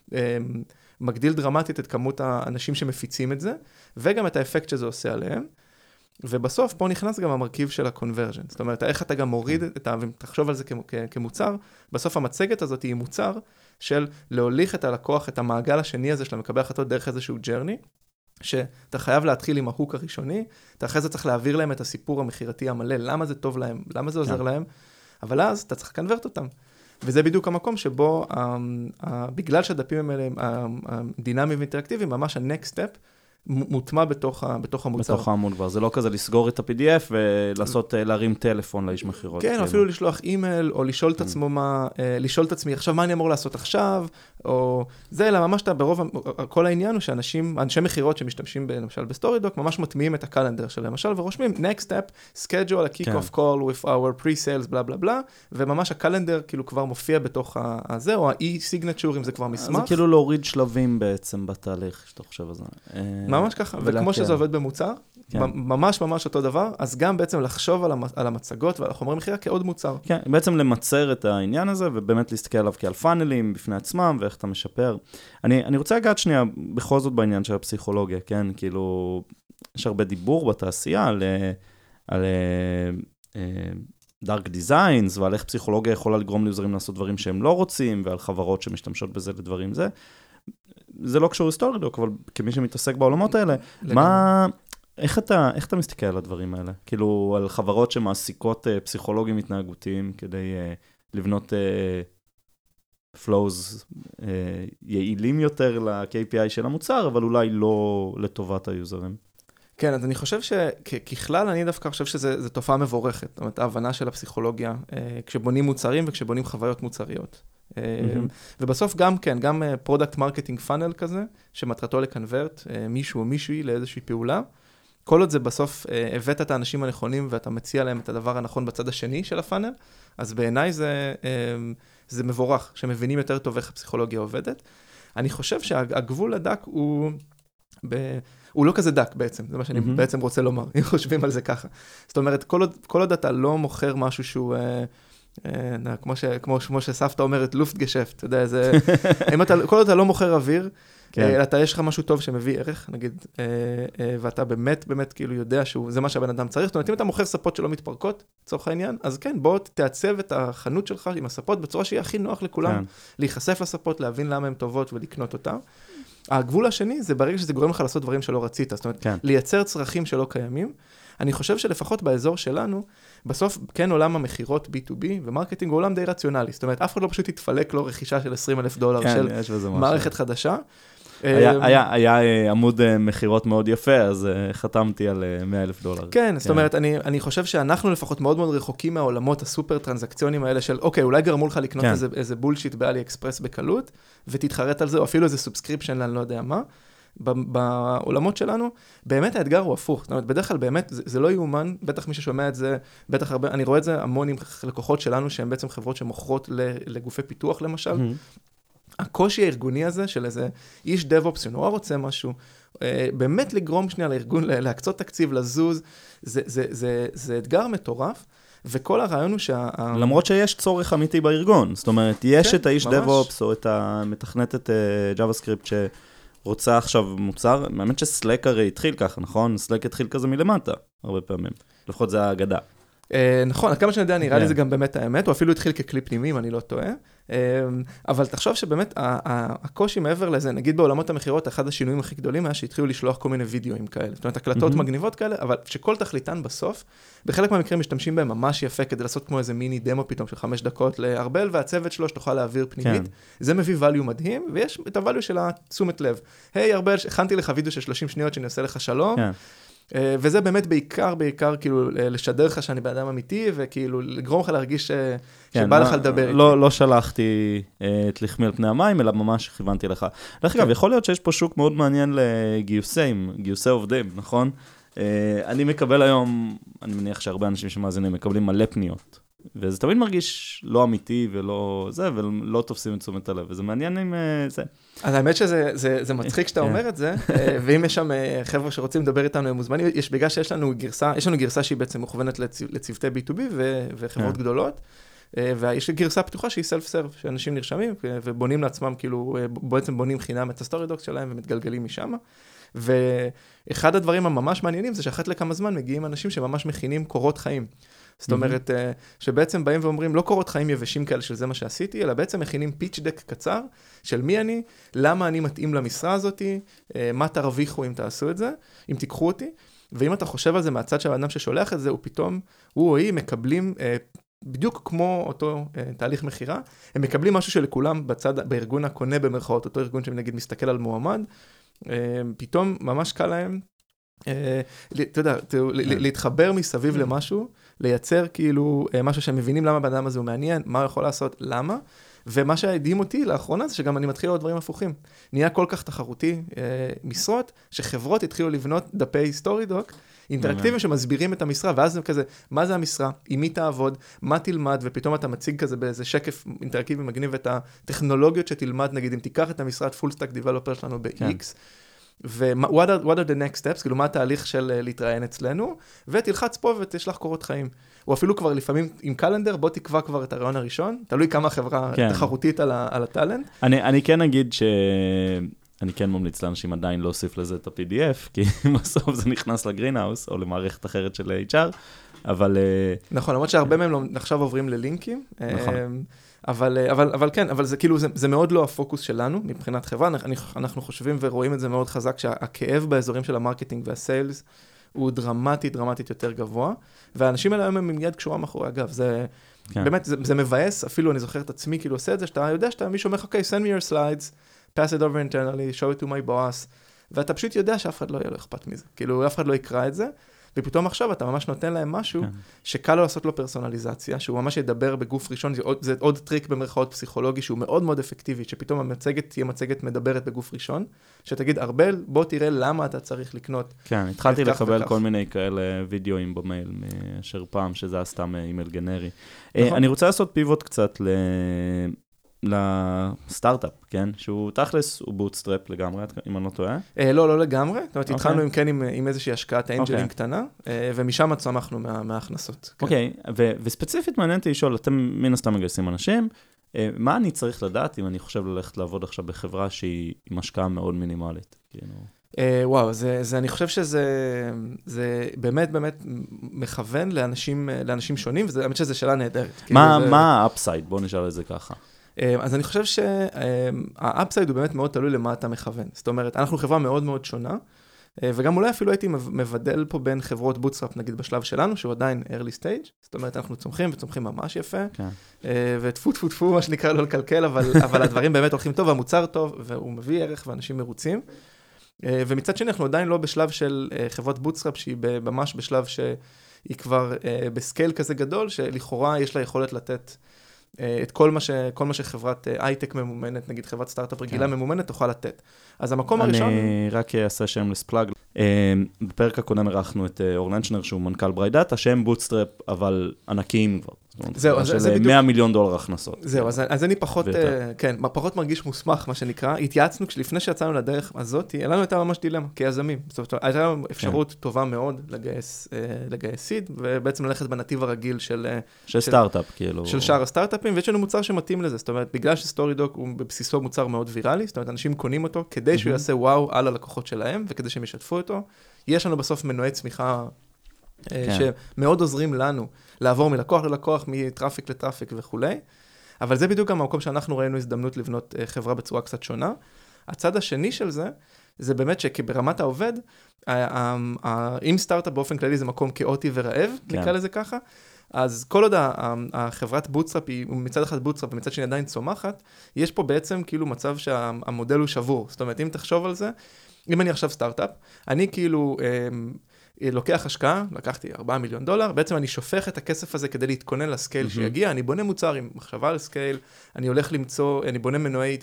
מגדיל דרמטית את כמות האנשים שמפיצים את זה, וגם את האפקט שזה עושה עליהם. ובסוף פה נכנס גם המרכיב של ה-conversion. זאת אומרת, איך אתה גם מוריד ותחשוב על זה כמוצר, בסוף המצגת הזאת היא מוצר של להוליך את הלקוח, את המעגל השני הזה של מקבל החלטות דרך איזשהו journey, שאתה חייב להתחיל עם ההוק הראשוני, אתה אחרי זה צריך להעביר להם את הסיפור המחירתי המלא, למה זה טוב להם, למה זה עוזר להם, אבל אז אתה צריך לקנברט אותם. וזה בדיוק המקום שבו, בגלל שהדפים האלה הם דינמיים ואינטראקטיביים, ממש ה-next step, מוטמע בתוך המוצר. בתוך העמוד כבר. זה לא כזה לסגור את ה-PDF ולעשות, להרים טלפון לאיש מחירות. כן, אפילו לשלוח אימייל, או לשאול את עצמו לשאול את עצמי, עכשיו מה אני אמור לעשות עכשיו, או זה, אלא ממש כל העניין הוא שאנשים, אנשי מחירות שמשתמשים למשל בסטורידוק, ממש מטמיעים את הקלנדר שלהם, למשל, ורושמים, next step, schedule a kick-off call with our pre-sales, בלה בלה בלה, וממש הקלנדר כאילו כבר מופיע בתוך הזה, או ה-e-signature, אם זה כבר מסמך. זה כאילו להוריד שלבים בעצם בתהליך, שאתה חושב על זה. ממש ככה, וכמו שזה עובד במוצר, ממש ממש אותו דבר, אז גם בעצם לחשוב על המצגות ועל החומרי מחירה כעוד מוצר. כן, בעצם למצר את העניין הזה, ובאמת להסתכל עליו כעל פאנלים בפני עצמם, ואיך אתה משפר. אני רוצה לגעת שנייה, בכל זאת בעניין של הפסיכולוגיה, כן, כאילו, יש הרבה דיבור בתעשייה על דארק דיזיינס, ועל איך פסיכולוגיה יכולה לגרום ליוזרים לעשות דברים שהם לא רוצים, ועל חברות שמשתמשות בזה לדברים זה. זה לא קשור היסטורידוק, אבל כמי שמתעסק בעולמות האלה, איך אתה מסתכל על הדברים האלה? כאילו, על חברות שמעסיקות פסיכולוגים התנהגותיים כדי לבנות flows יעילים יותר ל-KPI של המוצר, אבל אולי לא לטובת היוזרים. כן, אז אני חושב שככלל, אני דווקא חושב שזו תופעה מבורכת. זאת אומרת, ההבנה של הפסיכולוגיה, כשבונים מוצרים וכשבונים חוויות מוצריות. ובסוף גם כן, גם פרודקט מרקטינג פאנל כזה, שמטרתו לקנברט מישהו או מישהי לאיזושהי פעולה. כל עוד זה בסוף הבאת את האנשים הנכונים ואתה מציע להם את הדבר הנכון בצד השני של הפאנל, אז בעיניי זה מבורך, שמבינים יותר טוב איך הפסיכולוגיה עובדת. אני חושב שהגבול הדק הוא לא כזה דק בעצם, זה מה שאני בעצם רוצה לומר, אם חושבים על זה ככה. זאת אומרת, כל עוד אתה לא מוכר משהו שהוא, כמו שסבתא אומרת, לופט גשפט, אתה יודע, כל עוד אתה לא מוכר אוויר, יש לך משהו טוב שמביא ערך, נגיד, ואתה באמת כאילו יודע שזה מה שהבן אדם צריך. זאת אומרת, אם אתה מוכר ספות שלא מתפרקות, לצורך העניין, אז כן, בוא תעצב את החנות שלך עם הספות בצורה שיהיה הכי נוח לכולם, להיחשף לספות, להבין למה הן טובות ולקנות אותן. הגבול השני זה ברגע שזה גורם לך לעשות דברים שלא רצית, זאת אומרת, לייצר צרכים שלא קיימים. אני חושב שלפחות באזור שלנו, בסוף כן עולם המחירות B2B ומרקטינג הוא עולם די רציונלי. זאת אומרת, אף אחד לא פשוט יתפלק לו רכישה של $20,000 של מערכת חדשה. היה עמוד מחירות מאוד יפה, אז חתמתי על $100,000. כן, זאת אומרת, אני חושב שאנחנו לפחות מאוד מאוד רחוקים מהעולמות הסופר טרנזקציונים האלה של, אוקיי, אולי גרמו לך לקנות איזה בולשיט באלי אקספרס בקלות, ותתחרט על זה, או אפילו איזה סובסקריפשן, אני לא יודע מה. בעולמות שלנו, באמת האתגר הוא הפוך. זאת אומרת, בדרך כלל באמת, זה לא יאומן, בטח מי ששומע את זה, בטח הרבה, אני רואה את זה המון עם לקוחות שלנו, שהם בעצם חברות שמוכרות לגופי פיתוח למשל. הקושי הארגוני הזה של איזה איש DevOps שנורא רוצה משהו, באמת לגרום שנייה לארגון, להקצות תקציב, לזוז, זה אתגר מטורף, וכל הרעיון הוא למרות שיש צורך אמיתי בארגון, זאת אומרת, יש את האיש DevOps או את המתכנתת JavaScript שרוצה עכשיו מוצר, באמת שסלק הרי התחיל ככה, נכון? סלק התחיל כזה מלמטה, הרבה פעמים. לפחות זה האגדה. נכון, כמה שאני יודע, נראה לי זה גם באמת האמת, הוא אפילו התחיל ככלי פנימי, אם אני לא טועה. אבל תחשוב שבאמת הקושי מעבר לזה, נגיד בעולמות המחירות, אחד השינויים הכי גדולים היה שהתחילו לשלוח כל מיני וידאוים כאלה. זאת אומרת, הקלטות מגניבות כאלה, אבל שכל תכליתן בסוף, בחלק מהמקרים משתמשים בהם ממש יפה, כדי לעשות כמו איזה מיני דמו פתאום של 5 דקות לארבל והצוות שלו, שתוכל להעביר פנימית. זה מביא value מדהים, ויש את ה-value של התשומת לב. היי, ארבל, הכנתי לך וידאו של 30 שניות שאני עושה לך שלום. וזה באמת בעיקר כאילו לשדר לך שאני באדם אמיתי, וכאילו לגרום לך להרגיש שבא לך לדבר איתי. לא שלחתי את לחמי על פני המים, אלא ממש כיוונתי לך. דרך אגב, יכול להיות שיש פה שוק מאוד מעניין גיוסי עובדים, נכון? אני מקבל היום, אני מניח שהרבה אנשים שמאזינים מקבלים מלא פניות, וזה תמיד מרגיש לא אמיתי ולא זה, ולא תופסים את תשומת הלב, וזה מעניין עם זה. אז האמת שזה מצחיק שאתה אומר את זה, ואם יש שם חבר'ה שרוצים לדבר איתנו, הם מוזמנים, בגלל שיש לנו גרסה שהיא בעצם מכוונת לצוותי B2B וחברות גדולות, ויש גרסה פתוחה שהיא self-serve, שאנשים נרשמים ובונים לעצמם, כאילו, בעצם בונים חינם את הסטורי-דוקס שלהם ומתגלגלים משם. ואחד הדברים הממש מעניינים זה שאחת לכמה זמן מגיעים אנשים שממש מכינים קורות חיים. זאת אומרת, שבעצם באים ואומרים, לא קורות חיים יבשים כאלה של זה מה שעשיתי, אלא בעצם מכינים פיץ' דק קצר של מי אני, למה אני מתאים למשרה הזאת, מה תרוויחו אם תעשו את זה, אם תיקחו אותי, ואם אתה חושב על זה מהצד של האדם ששולח את זה, הוא פתאום, הוא או היא מקבלים, בדיוק כמו אותו תהליך מחירה, הם מקבלים משהו שלכולם בצד, בארגון הקונה במרכאות, אותו ארגון שנגיד מסתכל על מועמד, פתאום ממש קל להם, אתה יודע, להתחבר מסביב למשהו, לייצר כאילו משהו שהם מבינים למה בן אדם הזה הוא מעניין, מה הוא יכול לעשות, למה, ומה שהדהים אותי לאחרונה זה שגם אני מתחיל לראות דברים הפוכים. נהיה כל כך תחרותי משרות, שחברות התחילו לבנות דפי סטורי-דוק, אינטראקטיביים שמסבירים את המשרה, ואז זה כזה, מה זה המשרה, עם מי תעבוד, מה תלמד, ופתאום אתה מציג כזה באיזה שקף אינטראקטיבי מגניב את הטכנולוגיות שתלמד, נגיד אם תיקח את המשרת full stack developer שלנו ב-X, ו-what are the next steps, כאילו מה התהליך של להתראיין אצלנו, ותלחץ פה ותשלח קורות חיים. או אפילו כבר לפעמים עם קלנדר, בוא תקבע כבר את הרעיון הראשון, תלוי כמה חברה תחרותית על הטלנט. אני כן אגיד אני כן ממליץ לאנשים עדיין להוסיף לזה את ה-PDF, כי בסוף זה נכנס לגרינהאוס, או למערכת אחרת של HR, אבל... נכון, למרות שהרבה מהם עכשיו עוברים ללינקים. נכון. אבל כן, אבל זה כאילו, זה מאוד לא הפוקוס שלנו מבחינת חברה. אנחנו חושבים ורואים את זה מאוד חזק, שהכאב באזורים של המרקטינג והסיילס הוא דרמטית יותר גבוה, והאנשים האלה הם מיד קשורה מאחורי, אגב, זה באמת, זה מבאס, אפילו אני זוכר את עצמי, כאילו עושה את זה, שאתה יודע שאתה מישהו אומר, אוקיי, send me your slides, pass it over internally, show it to my boss, ואתה פשוט יודע שאף אחד לא יהיה לו אכפת מזה. כאילו, אף אחד לא יקרא את זה, ופתאום עכשיו אתה ממש נותן להם משהו שקל לו לעשות לו פרסונליזציה, שהוא ממש ידבר בגוף ראשון, זה עוד טריק במרכאות פסיכולוגי, שהוא מאוד מאוד אפקטיבי, שפתאום המצגת תהיה מצגת מדברת בגוף ראשון, שתגיד, ארבל, בוא תראה למה אתה צריך לקנות. כן, התחלתי לקבל כל מיני כאלה וידאוים במייל, מאשר פעם, שזה היה סתם אימייל גנרי. אני רוצה לעשות פיבוט קצת לסטארט-אפ, כן? שהוא תכלס, הוא בוטסטראפ לגמרי, אם אני לא טועה. לא לגמרי. זאת אומרת, התחלנו עם איזושהי השקעת אנג'לים קטנה, ומשם צמחנו מההכנסות. אוקיי, וספציפית מעניין אותי לשאול, אתם מן הסתם מגייסים אנשים, מה אני צריך לדעת אם אני חושב ללכת לעבוד עכשיו בחברה שהיא עם השקעה מאוד מינימלית? וואו, אני חושב שזה באמת מכוון לאנשים שונים, והאמת שזו שאלה נהדרת. מה האפסייד? בואו נשאל את זה ככה. אז אני חושב שהאפסייד הוא באמת מאוד תלוי למה אתה מכוון. זאת אומרת, אנחנו חברה מאוד מאוד שונה, וגם אולי אפילו הייתי מבדל פה בין חברות בוטסטראפ, נגיד בשלב שלנו, שהוא עדיין early stage, זאת אומרת, אנחנו צומחים ממש יפה, וטפו, מה שנקרא לא לקלקל, אבל הדברים באמת הולכים טוב, והמוצר טוב, והוא מביא ערך, ואנשים מרוצים. ומצד שני, אנחנו עדיין לא בשלב של חברת בוטסטראפ, שהיא ממש בשלב שהיא כבר בסקייל כזה גדול, שלכאורה יש לה יכולת לתת את כל מה שחברת הייטק ממומנת, נגיד חברת סטארט-אפ רגילה ממומנת, תוכל לתת. אז המקום הראשון... אני רק אעשה שם לספלאג. בפרק הקודם ערכנו את אור לנצ'נר, שהוא מנכ"ל בריידאטה, שהם בוטסטראפ, אבל ענקיים כבר. זהו, זה בדיוק... $100 מיליון הכנסות. זהו, אז אני פחות מרגיש מוסמך, מה שנקרא. התייעצנו, לפני שיצאנו לדרך הזאת, לנו הייתה ממש דילמה, כיזמים. זאת אומרת, הייתה לנו אפשרות טובה מאוד לגייס סיד, ובעצם ללכת בנתיב הרגיל של סטארט-אפ, כאילו. של שאר הסטארט-אפים, ויש לנו מוצר שמתאים לזה. זאת אומרת, בגלל שסטורידוק הוא בבסיסו מוצר מאוד ויראלי, זאת אומרת, אנשים קונים אותו כדי שהוא יעשה וואו על הלקוחות שלהם, וכדי שהם ישתפו אותו. יש לנו בסוף מנועי צמיחה שמאוד עוזרים לנו לעבור מלקוח ללקוח, מטראפיק לטראפיק וכו'. אבל זה בדיוק גם המקום שאנחנו ראינו הזדמנות לבנות חברה בצורה קצת שונה. הצד השני של זה, זה באמת שברמת העובד, אם סטארט-אפ באופן כללי זה מקום כאוטי ורעב, נקרא לזה ככה, אז כל עוד החברת בוטסטראפ היא מצד אחד בוטסטראפ ומצד שני עדיין צומחת, יש פה בעצם כאילו מצב שהמודל הוא שבור. זאת אומרת, אם תחשוב על זה, אם אני עכשיו סטארט-אפ, אני כאילו לוקח השקעה, לקחתי $4 מיליון, בעצם אני שופך את הכסף הזה כדי להתכונן לסקייל שיגיע, אני בונה מוצר עם מחשבה על סקייל, אני הולך למצוא, אני בונה מנועי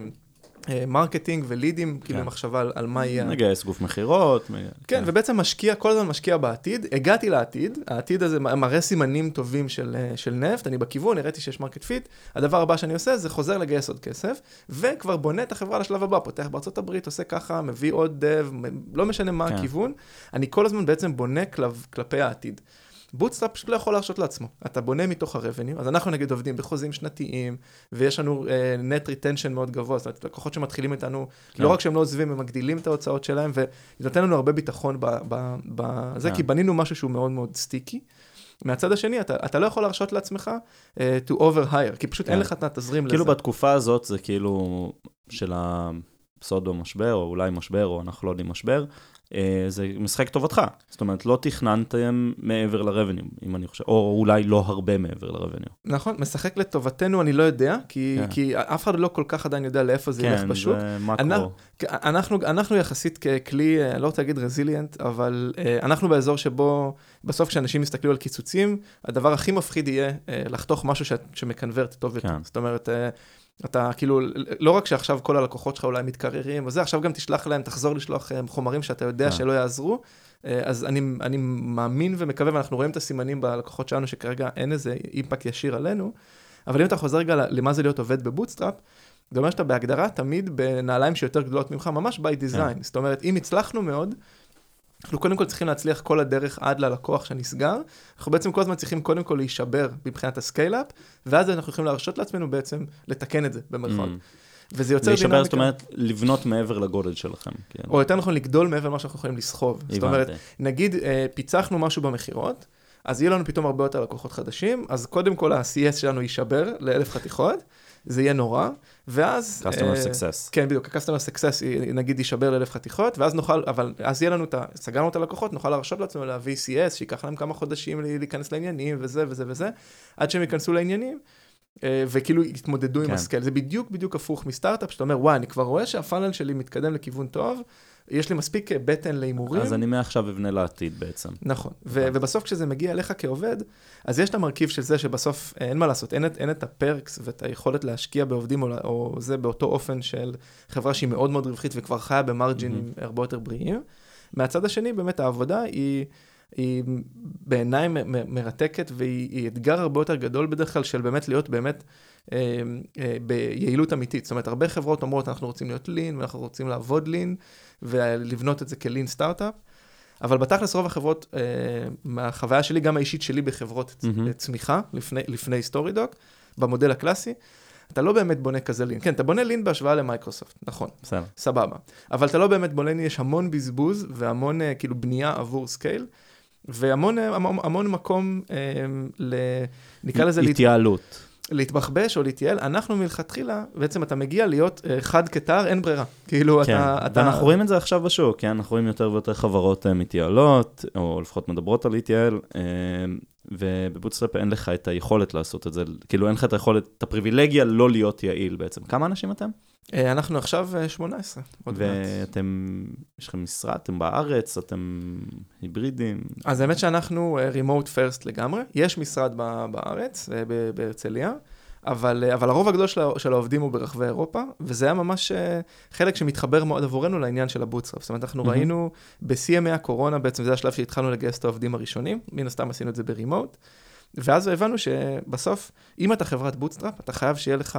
מרקטינג ולידים, כאילו מחשבה על מה יהיה. נגייס גוף מחירות. כן, ובעצם כל הזמן משקיע בעתיד. הגעתי לעתיד, העתיד הזה מראה סימנים טובים של נפט, אני בכיוון, הראיתי שיש מרקט פיט, הדבר הבא שאני עושה זה חוזר לגייס עוד כסף, וכבר בונה את החברה לשלב הבא, פותח בארצות הברית, עושה ככה, מביא עוד דב, לא משנה מה הכיוון, אני כל הזמן בעצם בונה כלפי העתיד. בוטסטראפ פשוט לא יכול להרשות לעצמו. אתה בונה מתוך הרבניו, אז אנחנו נגיד עובדים בחוזים שנתיים, ויש לנו net retention מאוד גבוה, זאת אומרת, לקוחות שמתחילים איתנו, לא רק שהם לא עוזבים, הם מגדילים את ההוצאות שלהם, ונותן לנו הרבה ביטחון בזה, כי בנינו משהו שהוא מאוד מאוד סטיקי. מהצד השני, אתה לא יכול להרשות לעצמך to over-hire, כי פשוט אין לך תזרים לזה. כאילו בתקופה הזאת זה כאילו של הפסודו משבר, או אולי משבר, או אנחנו לא יודעים משבר, זה משחק טובתך. זאת אומרת, לא תכננתם מעבר לרבניו, אם אני חושב, או אולי לא הרבה מעבר לרבניו. נכון, משחק לטובתנו, אני לא יודע, כי אף אחד לא כל כך עדיין יודע לאיפה זה ילך פשוט. כן, זה מקרו. אנחנו יחסית ככלי, לא רוצה להגיד רזיליאנט, אבל אנחנו באזור שבו, בסוף כשאנשים מסתכלו על קיצוצים, הדבר הכי מפחיד יהיה לחתוך משהו שמקנברט טוב יותר. זאת אומרת, אתה כאילו, לא רק שעכשיו כל הלקוחות שלך אולי מתקררים, וזה, עכשיו גם תשלח להם, תחזור לשלוח חומרים שאתה יודע שלא יעזרו, אז אני מאמין ומקווה, ואנחנו רואים את הסימנים בלקוחות שלנו, שכרגע אין איזה אימפקט ישיר עלינו, אבל אם אתה חוזר רגע למה זה להיות עובד בבוטסטראפ, זה אומר שאתה בהגדרה תמיד בנעליים שיותר גדולות ממך, ממש by design. זאת אומרת, אם הצלחנו מאוד, אנחנו קודם כל צריכים להצליח כל הדרך עד ללקוח שנסגר, אנחנו בעצם כל הזמן צריכים קודם כל להישבר מבחינת הסקייל-אפ, ואז אנחנו יכולים להרשות לעצמנו בעצם לתקן את זה במרכאות. וזה יוצר להישבר, דינמיקה. זאת אומרת, לבנות מעבר לגודל שלכם. כן. או יותר נכון, לגדול מעבר למה שאנחנו יכולים לסחוב. זאת אומרת, נגיד, פיצחנו משהו במחירות, אז יהיה לנו פתאום הרבה יותר לקוחות חדשים, אז קודם כל ה-CS שלנו יישבר ל1,000 חתיכות, זה יהיה נורא, ואז... Customer Success. כן, בדיוק, ה-Customer Success נגיד יישבר ל1,000 חתיכות, ואז נוכל, אבל אז יהיה לנו סגרנו את הלקוחות, נוכל להרשות לעצמנו להביא CS, שיקח להם כמה חודשים להיכנס לעניינים, וזה וזה וזה, עד שהם ייכנסו לעניינים, וכאילו יתמודדו עם הסקייל. זה בדיוק הפוך מסטארט-אפ, שאתה אומר, וואי, אני כבר רואה שהפאנל שלי מתקדם לכיוון טוב, יש לי מספיק בטן להימורים. אז אני מעכשיו אבנה לעתיד בעצם. נכון, ובסוף כשזה מגיע אליך כעובד, אז יש את המרכיב של זה שבסוף אין מה לעשות, אין את הפרקס ואת היכולת להשקיע בעובדים, או זה באותו אופן של חברה שהיא מאוד מאוד רווחית וכבר חיה במרג'ינים הרבה יותר בריאים. מהצד השני, באמת העבודה היא בעיניי מרתקת, והיא אתגר הרבה יותר גדול בדרך כלל, של באמת להיות באמת ביעילות אמיתית. זאת אומרת, הרבה חברות אומרות, אנחנו רוצים להיות לין, ואנחנו רוצים לעבוד לין, ולבנות את זה כלין סטארט-אפ. אבל בתכלס רוב החברות, מהחוויה שלי, גם האישית שלי בחברות צמיחה, לפני סטורידוק, במודל הקלאסי, אתה לא באמת בונה כזה לין. כן, אתה בונה לין בהשוואה למייקרוסופט, נכון. בסדר. סבבה. אבל אתה לא באמת בונה לין, יש המון בזבוז, והמון כאילו בנייה עבור סקייל, והמון מקום נקרא לזה התייעלות. להתבחבש או להתייעל. אנחנו מלכתחילה, בעצם אתה מגיע להיות חד כתר, אין ברירה. כאילו כן. ואנחנו רואים את זה עכשיו בשוק, כן? אנחנו רואים יותר ויותר חברות מתייעלות, או לפחות מדברות על להתייעל, ובבוטסטראפ אין לך את היכולת לעשות את זה, כאילו אין לך את היכולת, את הפריבילגיה לא להיות יעיל בעצם. כמה אנשים אתם? אנחנו עכשיו 18. ואתם, יש לכם משרד, אתם בארץ, אתם היברידים? אז האמת שאנחנו remote first לגמרי. יש משרד בארץ, בהרצליה, אבל הרוב הגדול של העובדים הוא ברחבי אירופה, וזה היה ממש חלק שמתחבר מאוד עבורנו לעניין של הבוטסטראפ. זאת אומרת, אנחנו ראינו ב-CMA הקורונה, בעצם זה השלב שהתחלנו לגייס את העובדים הראשונים, מן הסתם עשינו את זה ברימוט, ואז הבנו שבסוף, אם אתה חברת בוטסטראפ, אתה חייב שיהיה לך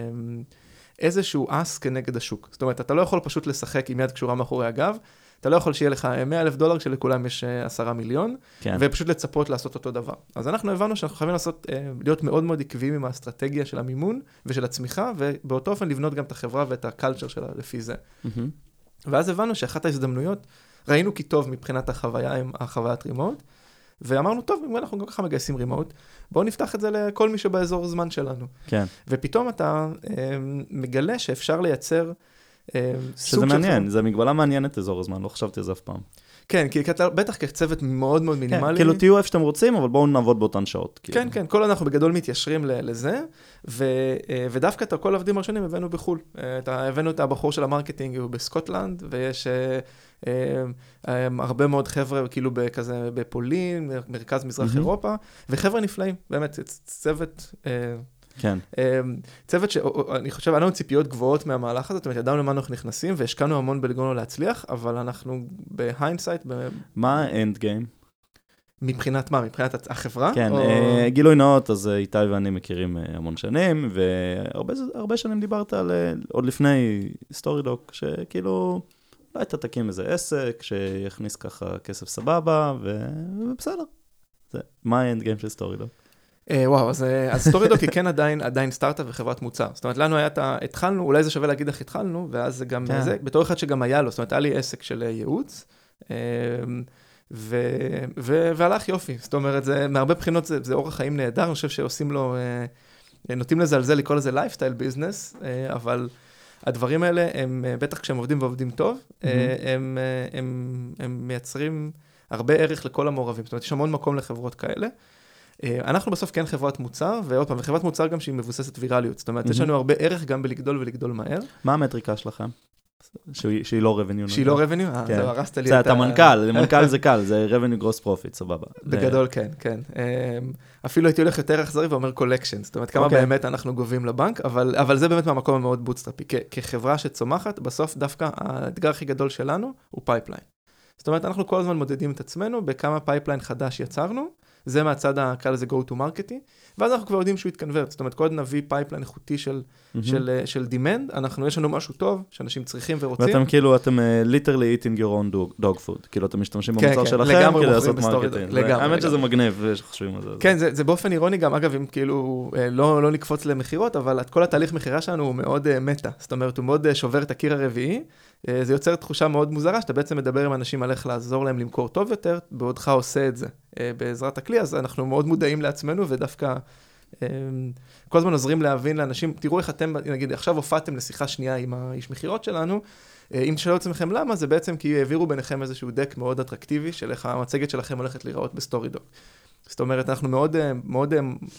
איזשהו אס כנגד השוק. זאת אומרת, אתה לא יכול פשוט לשחק עם יד קשורה מאחורי הגב, אתה לא יכול שיהיה לך $100,000 שלכולם יש 10 מיליון, כן. ופשוט לצפות לעשות אותו דבר. אז אנחנו הבנו שאנחנו חייבים להיות מאוד מאוד עקביים עם האסטרטגיה של המימון ושל הצמיחה, ובאותו אופן לבנות גם את החברה ואת הקלצ'ר שלה לפי זה. ואז הבנו שאחת ההזדמנויות, ראינו כי טוב מבחינת החוויה עם החוויית רימוט, ואמרנו, טוב, אם אנחנו גם ככה מגייסים רימוט, בואו נפתח את זה לכל מי שבאזור הזמן שלנו. כן. ופתאום אתה מגלה שאפשר לייצר שזה מעניין, זה מגבלה מעניינת אזור הזמן, לא חשבתי על זה אף פעם. כן, כי אתה בטח כצוות מאוד מאוד מינימלי. כן, כאילו תהיו איפה שאתם רוצים, אבל בואו נעבוד באותן שעות. כן, כן, כל אנחנו בגדול מתיישרים לזה, ודווקא את כל העובדים הראשונים הבאנו בחול. הבאנו את הבחור של המרקטינג, הוא בסקוטלנד, ויש הרבה מאוד חבר'ה, כאילו כזה בפולין, מרכז מזרח אירופה, וחבר'ה נפלאים, באמת, צוות כן. צוות שאני חושב, היה לנו ציפיות גבוהות מהמהלך הזה, זאת אומרת, ידענו למה אנחנו נכנסים, והשקענו המון בלגונו להצליח, אבל אנחנו בהיינסייט... מה האנד גיים? מבחינת מה? מבחינת החברה? כן, גילוי נאות, אז איתי ואני מכירים המון שנים, והרבה שנים דיברת על, עוד לפני סטורידוק, שכאילו, אולי אתה תקים איזה עסק, שיכניס ככה כסף סבבה, ובסדר. מה האנד גיים של סטורידוק? וואו, אז סטורידוק היא כן עדיין סטארט-אפ וחברת מוצר. זאת אומרת, לנו היה התחלנו, אולי זה שווה להגיד איך התחלנו, ואז זה גם זה, בתור אחד שגם היה לו, זאת אומרת, היה לי עסק של ייעוץ, והלך יופי. זאת אומרת, מהרבה בחינות זה אורח חיים נהדר, אני חושב שעושים לו, נוטים לזלזל, לקרוא לזה לייפסטייל ביזנס, אבל הדברים האלה, הם בטח כשהם עובדים ועובדים טוב, הם מייצרים הרבה ערך לכל המעורבים. זאת אומרת, יש המון מקום לחברות כאלה. אנחנו בסוף כן חברת מוצר, ועוד פעם, וחברת מוצר גם שהיא מבוססת ויראליות. זאת אומרת, יש לנו הרבה ערך גם בלגדול ולגדול מהר. מה המטריקה שלכם? שהיא לא revenue. שהיא לא revenue? זהו, הרסת לי את ה... אתה מנכ"ל זה קל, זה revenue gross profit, סבבה. בגדול כן, כן. אפילו הייתי הולך יותר אכזרי ואומר collection, זאת אומרת, כמה באמת אנחנו גובים לבנק, אבל זה באמת מהמקום המאוד בוטסטראפי. כחברה שצומחת, בסוף דווקא האתגר הכי גדול שלנו הוא פייפליין. זאת אומרת, אנחנו כל הזמן מודדים את עצמנו בכמה פייפליין חדש יצרנו, זה מהצד, קרא לזה go to market, ואז אנחנו כבר יודעים שהוא יתקנברט, זאת אומרת, כל עוד נביא פייפליין איכותי של demand, יש לנו משהו טוב, שאנשים צריכים ורוצים. ואתם כאילו, אתם literally eating your own dog food, כאילו אתם משתמשים במוצר שלכם, כדי לעשות מרקטינג. האמת שזה מגניב, שחושבים על זה. כן, זה באופן אירוני גם, אגב, אם כאילו, לא נקפוץ למחירות, אבל כל התהליך מחירה שלנו הוא מאוד מטה, זאת אומרת, הוא מאוד שובר את הקיר הרביעי, זה יוצר תחושה מאוד מוזרה, שאתה בעצם מדבר עם אנשים על איך לעזור להם למכור טוב יותר, בעודך עושה את זה בעזרת הכלי, אז אנחנו מאוד מודעים לעצמנו, ודווקא כל הזמן עוזרים להבין לאנשים, תראו איך אתם, נגיד, עכשיו הופעתם לשיחה שנייה עם האיש מחירות שלנו, אם תשאלו עצמכם למה, זה בעצם כי העבירו ביניכם איזשהו דק מאוד אטרקטיבי, של איך המצגת שלכם הולכת להיראות בסטורידוק. זאת אומרת, אנחנו מאוד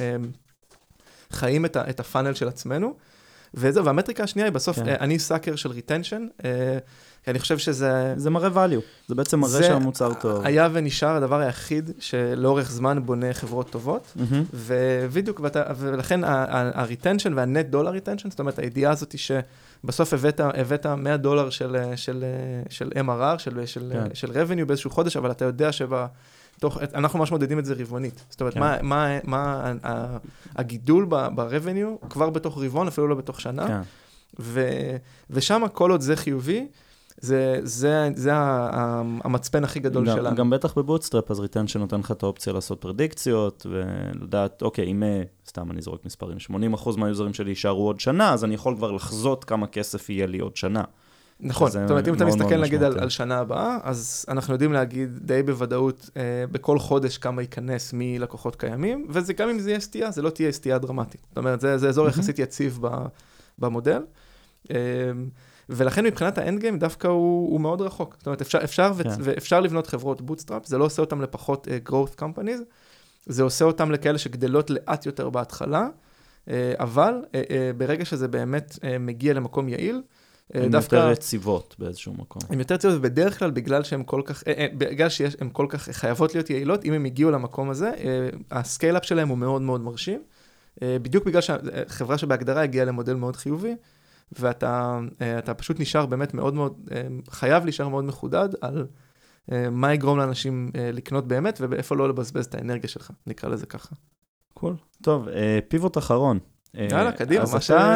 חיים את הפאנל של עצמנו, וזהו, והמטריקה השנייה היא בסוף, אני סאקר של ריטנשן, כי אני חושב שזה... זה מראה value, זה בעצם מראה שהמוצר טוב. היה ונשאר הדבר היחיד שלאורך זמן בונה חברות טובות, ובדיוק, ולכן הריטנשן והנט דולר ריטנשן, זאת אומרת, הידיעה הזאת היא שבסוף הבאת $100 של MRR, של revenue באיזשהו חודש, אבל אתה יודע אנחנו ממש מודדים את זה רבעונית. זאת אומרת, מה הגידול ב-revenue כבר בתוך רבעון, אפילו לא בתוך שנה, ושם כל עוד זה חיובי, זה המצפן הכי גדול שלנו. גם בטח בבוטסטראפ, אז ריטנשן נותן לך את האופציה לעשות פרדיקציות, ולדעת, אוקיי, אם, סתם אני זורק מספרים, 80% מהיוזרים שלי יישארו עוד שנה, אז אני יכול כבר לחזות כמה כסף יהיה לי עוד שנה. נכון, זאת אומרת, אם אתה מסתכל נגיד על שנה הבאה, אז אנחנו יודעים להגיד די בוודאות בכל חודש כמה ייכנס מלקוחות קיימים, וזה גם אם זה יהיה סטייה, זה לא תהיה סטייה דרמטית. זאת אומרת, זה אזור יחסית יציב במודל, ולכן מבחינת האנד גיים דווקא הוא מאוד רחוק. זאת אומרת, אפשר לבנות חברות בוטסטראפ, זה לא עושה אותם לפחות growth companies, זה עושה אותם לכאלה שגדלות לאט יותר בהתחלה, אבל ברגע שזה באמת מגיע למקום יעיל, הן יותר יציבות באיזשהו מקום. הן יותר יציבות, ובדרך כלל בגלל שהן כל כך, בגלל שהן כל כך חייבות להיות יעילות, אם הן הגיעו למקום הזה, הסקייל-אפ שלהם הוא מאוד מאוד מרשים, בדיוק בגלל שהחברה שבהגדרה הגיעה למודל מאוד חיובי, ואתה פשוט נשאר באמת מאוד מאוד, חייב להישאר מאוד מחודד על מה יגרום לאנשים לקנות באמת, ואיפה לא לבזבז את האנרגיה שלך, נקרא לזה ככה. קול. טוב, פיבוט אחרון. יאללה, קדימה, אז אתה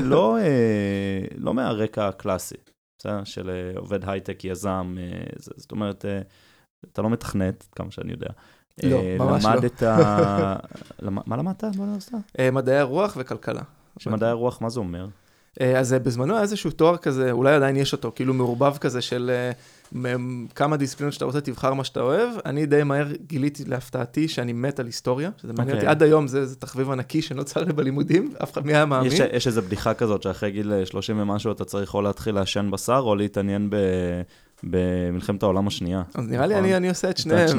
לא מהרקע הקלאסי, של עובד הייטק, יזם, זאת אומרת, אתה לא מתכנת, כמה שאני יודע. לא, ממש לא. מה למדת? מדעי הרוח וכלכלה. שמדעי הרוח, מה זה אומר? אז בזמנו היה איזשהו תואר כזה, אולי עדיין יש אותו, כאילו מעורבב כזה של כמה דיסציפלינות שאתה רוצה, תבחר מה שאתה אוהב. אני די מהר גיליתי להפתעתי שאני מת על היסטוריה, שזה מעניין אותי. עד היום זה תחביב ענקי שנוצר לי בלימודים, אף אחד מי היה מאמין. יש איזו בדיחה כזאת שאחרי גיל 30 ומשהו אתה צריך או להתחיל לעשן בשר או להתעניין במלחמת העולם השנייה. אז נראה לי אני עושה את שניהם.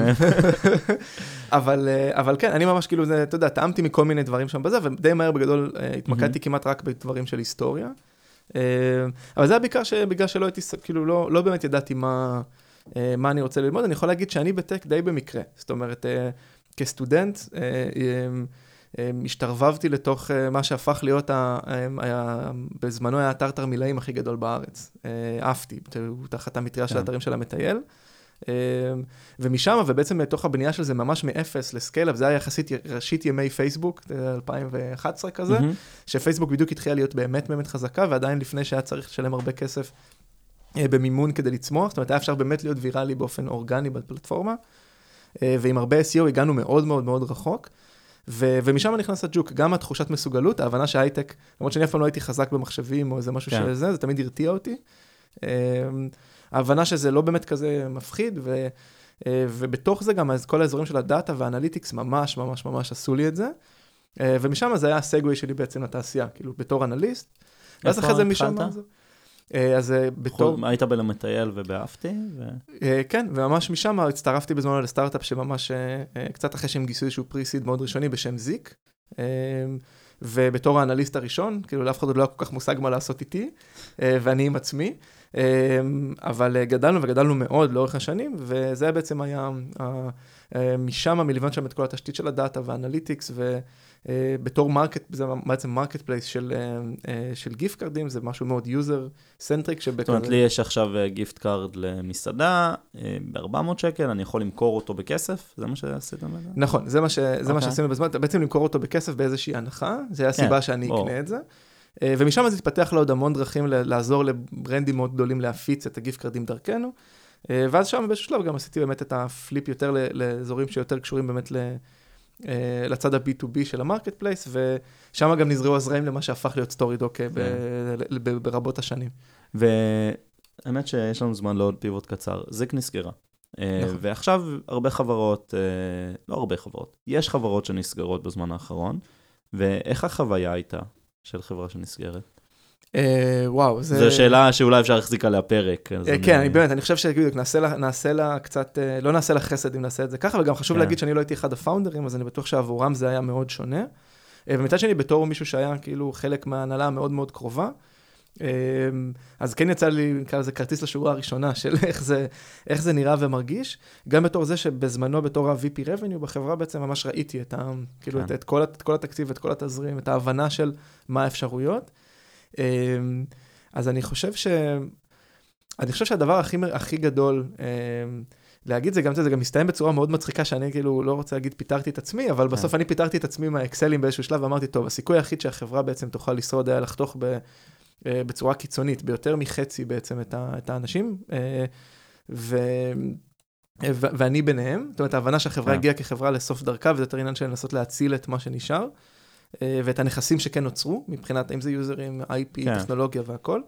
אבל כן, אני ממש כאילו, אתה יודע, טעמתי מכל מיני דברים שם בזה, ודי מהר בגדול התמקדתי כמעט רק בדברים של היסטוריה. אבל זה היה בעיקר בגלל שלא הייתי, כאילו לא באמת ידעתי מה אני רוצה ללמוד. אני יכול להגיד שאני בטק די במקרה. זאת אומרת, כסטודנט, השתרבבתי לתוך מה שהפך להיות, בזמנו היה אתר תרמילאים הכי גדול בארץ. אהבתי, תחת המטריה של האתרים של המטייל. ומשם, ובעצם לתוך הבנייה של זה ממש מאפס לסקייל-אפ, זה היה יחסית ראשית ימי פייסבוק, 2011 כזה, שפייסבוק בדיוק התחילה להיות באמת חזקה, ועדיין לפני שהיה צריך לשלם הרבה כסף במימון כדי לצמוח, זאת אומרת, היה אפשר באמת להיות ויראלי באופן אורגני בפלטפורמה, ועם הרבה SEO הגענו מאוד מאוד מאוד רחוק, ומשם נכנס הג'וק, גם התחושת מסוגלות, ההבנה שההייטק, למרות שאני אף פעם לא הייתי חזק במחשבים או איזה משהו שזה, זה תמיד הרתיע אותי. ההבנה שזה לא באמת כזה מפחיד, ובתוך זה גם כל האזורים של הדאטה והאנליטיקס ממש ממש ממש עשו לי את זה, ומשם זה היה הסגווי שלי בעצם לתעשייה, כאילו בתור אנליסט. ואז אחרי זה משם... אז בתור... היית בלמטייל ובאהבתי? כן, וממש משם הצטרפתי בזמנו לסטארט-אפ שממש קצת אחרי שהם גייסו איזשהו פריסיד מאוד ראשוני בשם זיק, ובתור האנליסט הראשון, כאילו לאף אחד עוד לא היה כל כך מושג מה לעשות איתי, ואני עם עצמי, אבל גדלנו מאוד לאורך השנים, וזה בעצם היה משם מלבנות שם את כל התשתית של הדאטה והאנליטיקס, בתור מרקט, זה בעצם מרקט פלייס של גיפט קארדים, זה משהו מאוד יוזר סנטריק. זאת אומרת, לי יש עכשיו גיפט קארד למסעדה, ב-400 שקל, אני יכול למכור אותו בכסף? זה מה שעשיתם? נכון, זה מה שעשינו בזמן, בעצם למכור אותו בכסף באיזושהי הנחה, זה הסיבה שאני אקנה את זה. ומשם אז התפתח לו עוד המון דרכים לעזור לברנדים מאוד גדולים להפיץ את הגיפט קארדים דרכנו, ואז שם באיזשהו שלב גם עשיתי באמת את הפליפ יותר לאזורים שיותר קשורים באמת לצד ה-B2B של המרקט פלייס, ושם גם נזרעו הזרעים למה שהפך להיות סטורידוק ברבות השנים. והאמת שיש לנו זמן לעוד פיבוט קצר, זיק נסגרה. ועכשיו הרבה חברות, לא הרבה חברות, יש חברות שנסגרות בזמן האחרון, ואיך החוויה הייתה של חברה שנסגרת? וואו, זו שאלה שאולי אפשר להחזיק עליה פרק. כן, באמת, אני חושב שנעשה לה קצת, לא נעשה לה חסד אם נעשה את זה ככה, וגם חשוב להגיד שאני לא הייתי אחד הפאונדרים, אז אני בטוח שעבורם זה היה מאוד שונה. ומצד שני, בתור מישהו שהיה כאילו חלק מההנהלה המאוד מאוד קרובה, אז כן יצא לי, נקרא לזה כרטיס לשורה הראשונה של איך זה נראה ומרגיש, גם בתור זה שבזמנו בתור ה-VP Revenue בחברה בעצם ממש ראיתי את כל התקציב, את כל התזרים, את ההבנה של מה האפשרויות. אז אני חושב שהדבר הכי גדול להגיד זה גם מסתיים בצורה מאוד מצחיקה, שאני כאילו לא רוצה להגיד פיתרתי את עצמי, אבל בסוף אני פיתרתי את עצמי מהאקסלים באיזשהו שלב, ואמרתי, טוב, הסיכוי היחיד שהחברה בעצם תוכל לשרוד היה לחתוך בצורה קיצונית, ביותר מחצי בעצם את האנשים, ואני ביניהם, זאת אומרת, ההבנה שהחברה הגיעה כחברה לסוף דרכה, וזה יותר עניין של לנסות להציל את מה שנשאר, ואת הנכסים שכן נוצרו, מבחינת אם זה יוזרים, IP, טכנולוגיה והכל.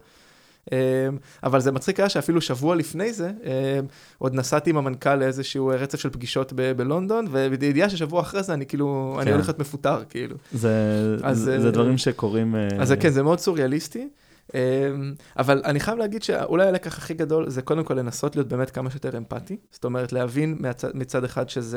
אבל זה מצחיק היה שאפילו שבוע לפני זה, עוד נסעתי עם המנכ"ל לאיזשהו רצף של פגישות בלונדון, ובידיעה ששבוע אחרי זה אני כאילו, אני הולכת מפוטר, כאילו. זה דברים שקורים... אז כן, זה מאוד סוריאליסטי, אבל אני חייב להגיד שאולי הלקח הכי גדול, זה קודם כל לנסות להיות באמת כמה שיותר אמפתי, זאת אומרת, להבין מצד אחד שזה...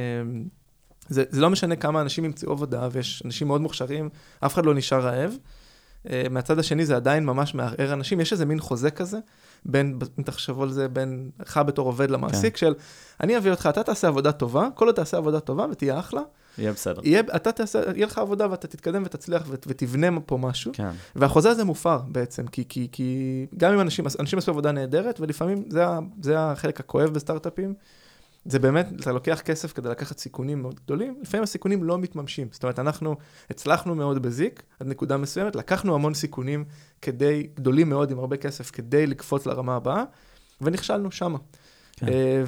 זה לא משנה כמה אנשים ימצאו עבודה, ויש אנשים מאוד מוכשרים, אף אחד לא נשאר רעב. מהצד השני זה עדיין ממש מערער אנשים, יש איזה מין חוזה כזה, אם תחשבו על זה, בינך בתור עובד למעסיק, של אני אביא אותך, אתה תעשה עבודה טובה, כל עוד תעשה עבודה טובה ותהיה אחלה. יהיה בסדר. יהיה לך עבודה ואתה תתקדם ותצליח ותבנה פה משהו. והחוזה הזה מופר בעצם, כי גם אם אנשים עשו עבודה נהדרת, ולפעמים זה החלק הכואב בסטארט-אפים, זה באמת, אתה לוקח כסף כדי לקחת סיכונים מאוד גדולים, לפעמים הסיכונים לא מתממשים. זאת אומרת, אנחנו הצלחנו מאוד בזיק, עד נקודה מסוימת, לקחנו המון סיכונים גדולים מאוד עם הרבה כסף, כדי לקפוץ לרמה הבאה, ונכשלנו שמה. כן.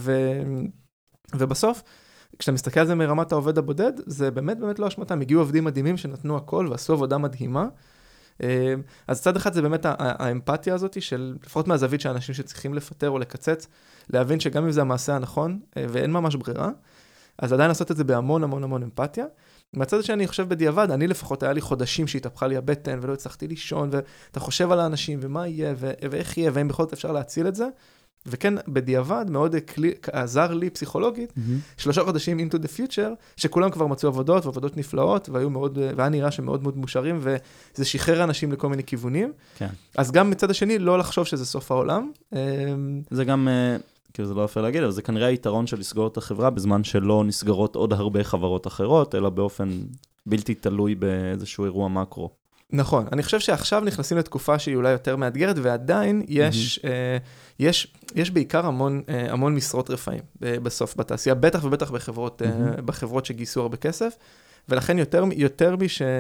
ובסוף, כשאתה מסתכל על זה מרמת העובד הבודד, זה באמת באמת לא אשמתם. הגיעו עובדים מדהימים שנתנו הכל ועשו עבודה מדהימה. אז צד אחד זה באמת האמפתיה הזאת של, לפחות מהזווית שהאנשים שצריכים לפטר או לקצץ, להבין שגם אם זה המעשה הנכון, ואין ממש ברירה, אז עדיין לעשות את זה בהמון המון המון אמפתיה. מהצד שאני חושב בדיעבד, אני לפחות היה לי חודשים שהתהפכה לי הבטן, ולא הצלחתי לישון, ואתה חושב על האנשים, ומה יהיה, ואיך יהיה, ואם בכל זאת אפשר להציל את זה. וכן, בדיעבד, מאוד עזר לי פסיכולוגית, 3 חודשים into the future, שכולם כבר מצאו עבודות, ועבודות נפלאות, והיה נראה שמאוד מאוד מושרים, וזה שחרר אנשים לכל מיני כיוונים. כן. אז גם מצד השני, לא לחשוב שזה סוף העולם. זה גם, כאילו זה לא אפשר להגיד, אבל זה כנראה היתרון של לסגור את החברה, בזמן שלא נסגרות עוד הרבה חברות אחרות, אלא באופן בלתי תלוי באיזשהו אירוע מקרו. נכון, אני חושב שעכשיו נכנסים לתקופה שהיא אולי יותר מאתגרת, ועדיין יש בעיקר המון משרות רפאים בסוף בתעשייה, בטח ובטח בחברות שגייסו הרבה כסף, ולכן יותר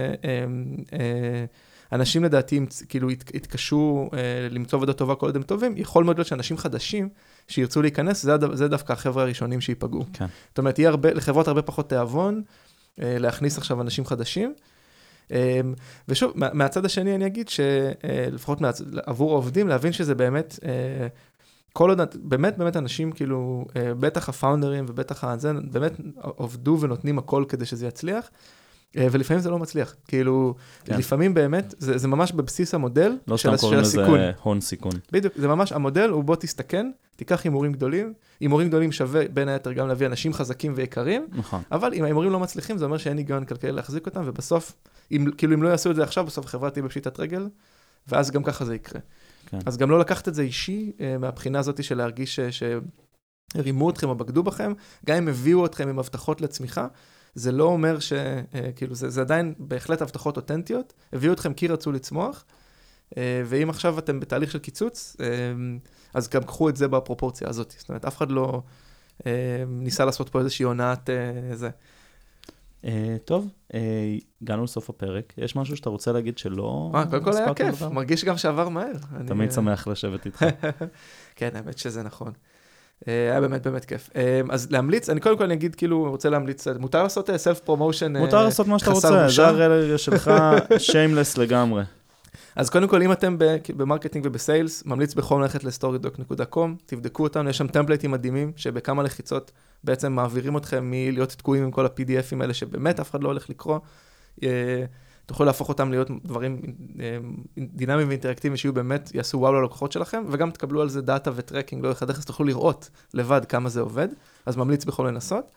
אנשים לדעתי כאילו התקשו למצוא עבודה טובה כל עוד הם טובים, יכול מאוד להיות שאנשים חדשים שירצו להיכנס, זה דווקא החבר'ה הראשונים שיפגעו. זאת אומרת, יהיה לחברות הרבה פחות תיאבון להכניס עכשיו אנשים חדשים, ושוב, מהצד השני אני אגיד שלפחות עבור העובדים, להבין שזה באמת, כל עוד, באמת אנשים כאילו, בטח הפאונדרים ובטח זה, באמת עובדו ונותנים הכל כדי שזה יצליח, ולפעמים זה לא מצליח. כאילו, לפעמים באמת, זה ממש בבסיס המודל של הסיכון. לא סתם קוראים לזה הון סיכון. בדיוק, זה ממש המודל, הוא בוא תסתכן, תיקח הימורים גדולים, הימורים גדולים שווה בין היתר גם להביא אנשים חזקים ויקרים, אבל אם ההימורים לא מצליחים, זה אומר שאין היגיון כלכלי להחזיק אותם, ובסוף, כאילו אם לא יעשו את זה עכשיו, בסוף החברה תהיה בפשיטת רגל, ואז גם ככה זה יקרה. אז גם לא לקחת את זה אישי, מהבחינה הזאת של להרגיש שרימו אתכם או בגדו בכם, גם אם הביאו אתכם עם הבטחות לצמיחה, זה לא אומר כאילו, זה עדיין בהחלט הבטחות אותנטיות, הביאו אתכם כי רצו לצמוח, ואם עכשיו אתם בתהליך של קיצוץ, אז גם קחו את זה בפרופורציה הזאת. זאת אומרת, אף אחד לא ניסה לעשות פה איזושהי עונת זה. טוב, הגענו לסוף הפרק. יש משהו שאתה רוצה להגיד שלא... קודם כל היה כיף, מרגיש גם שעבר מהר. תמיד שמח לשבת איתך. כן, האמת שזה נכון. היה באמת באמת כיף. אז להמליץ, אני קודם כל אגיד, כאילו, רוצה להמליץ, מותר לעשות self-promotion מותר לעשות מה שאתה רוצה, זה הרי שלך shameless לגמרי. אז קודם כל, אם אתם במרקטינג ובסיילס, ממליץ בחום ללכת ל-storydoc.com, תבדקו אותנו, יש שם טמפלייטים מדהימים, שבכמה לחיצות בעצם מעבירים אתכם מלהיות תקועים עם כל ה-PDFים האלה, שבאמת אף אחד לא הולך לקרוא, תוכלו להפוך אותם להיות דברים דינמיים ואינטראקטיביים, שיהיו באמת, יעשו וואו ללקוחות שלכם, וגם תקבלו על זה דאטה וטרקינג, לא יחדך, אז תוכלו לראות לבד כמה זה עובד, אז ממליץ בכל לנסות.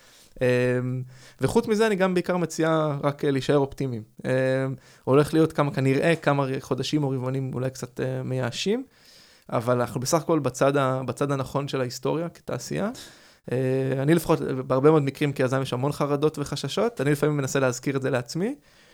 וחוץ מזה אני גם בעיקר מציע רק להישאר אופטימיים. הולך להיות כנראה כמה חודשים או רבעונים אולי קצת מייאשים, אבל אנחנו בסך הכל בצד הנכון של ההיסטוריה כתעשייה. אני לפחות, בהרבה מאוד מקרים כיזם יש המון חרדות וחששות, אני לפעמים מנסה להזכיר את זה לעצמי,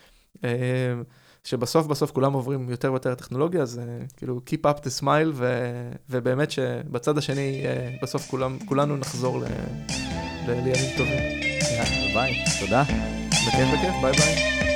שבסוף כולם עוברים יותר ויותר טכנולוגיה, אז כאילו keep up the smile, ובאמת שבצד השני בסוף כולנו נחזור לימים טובים. ביי, תודה. בכיף, ביי ביי.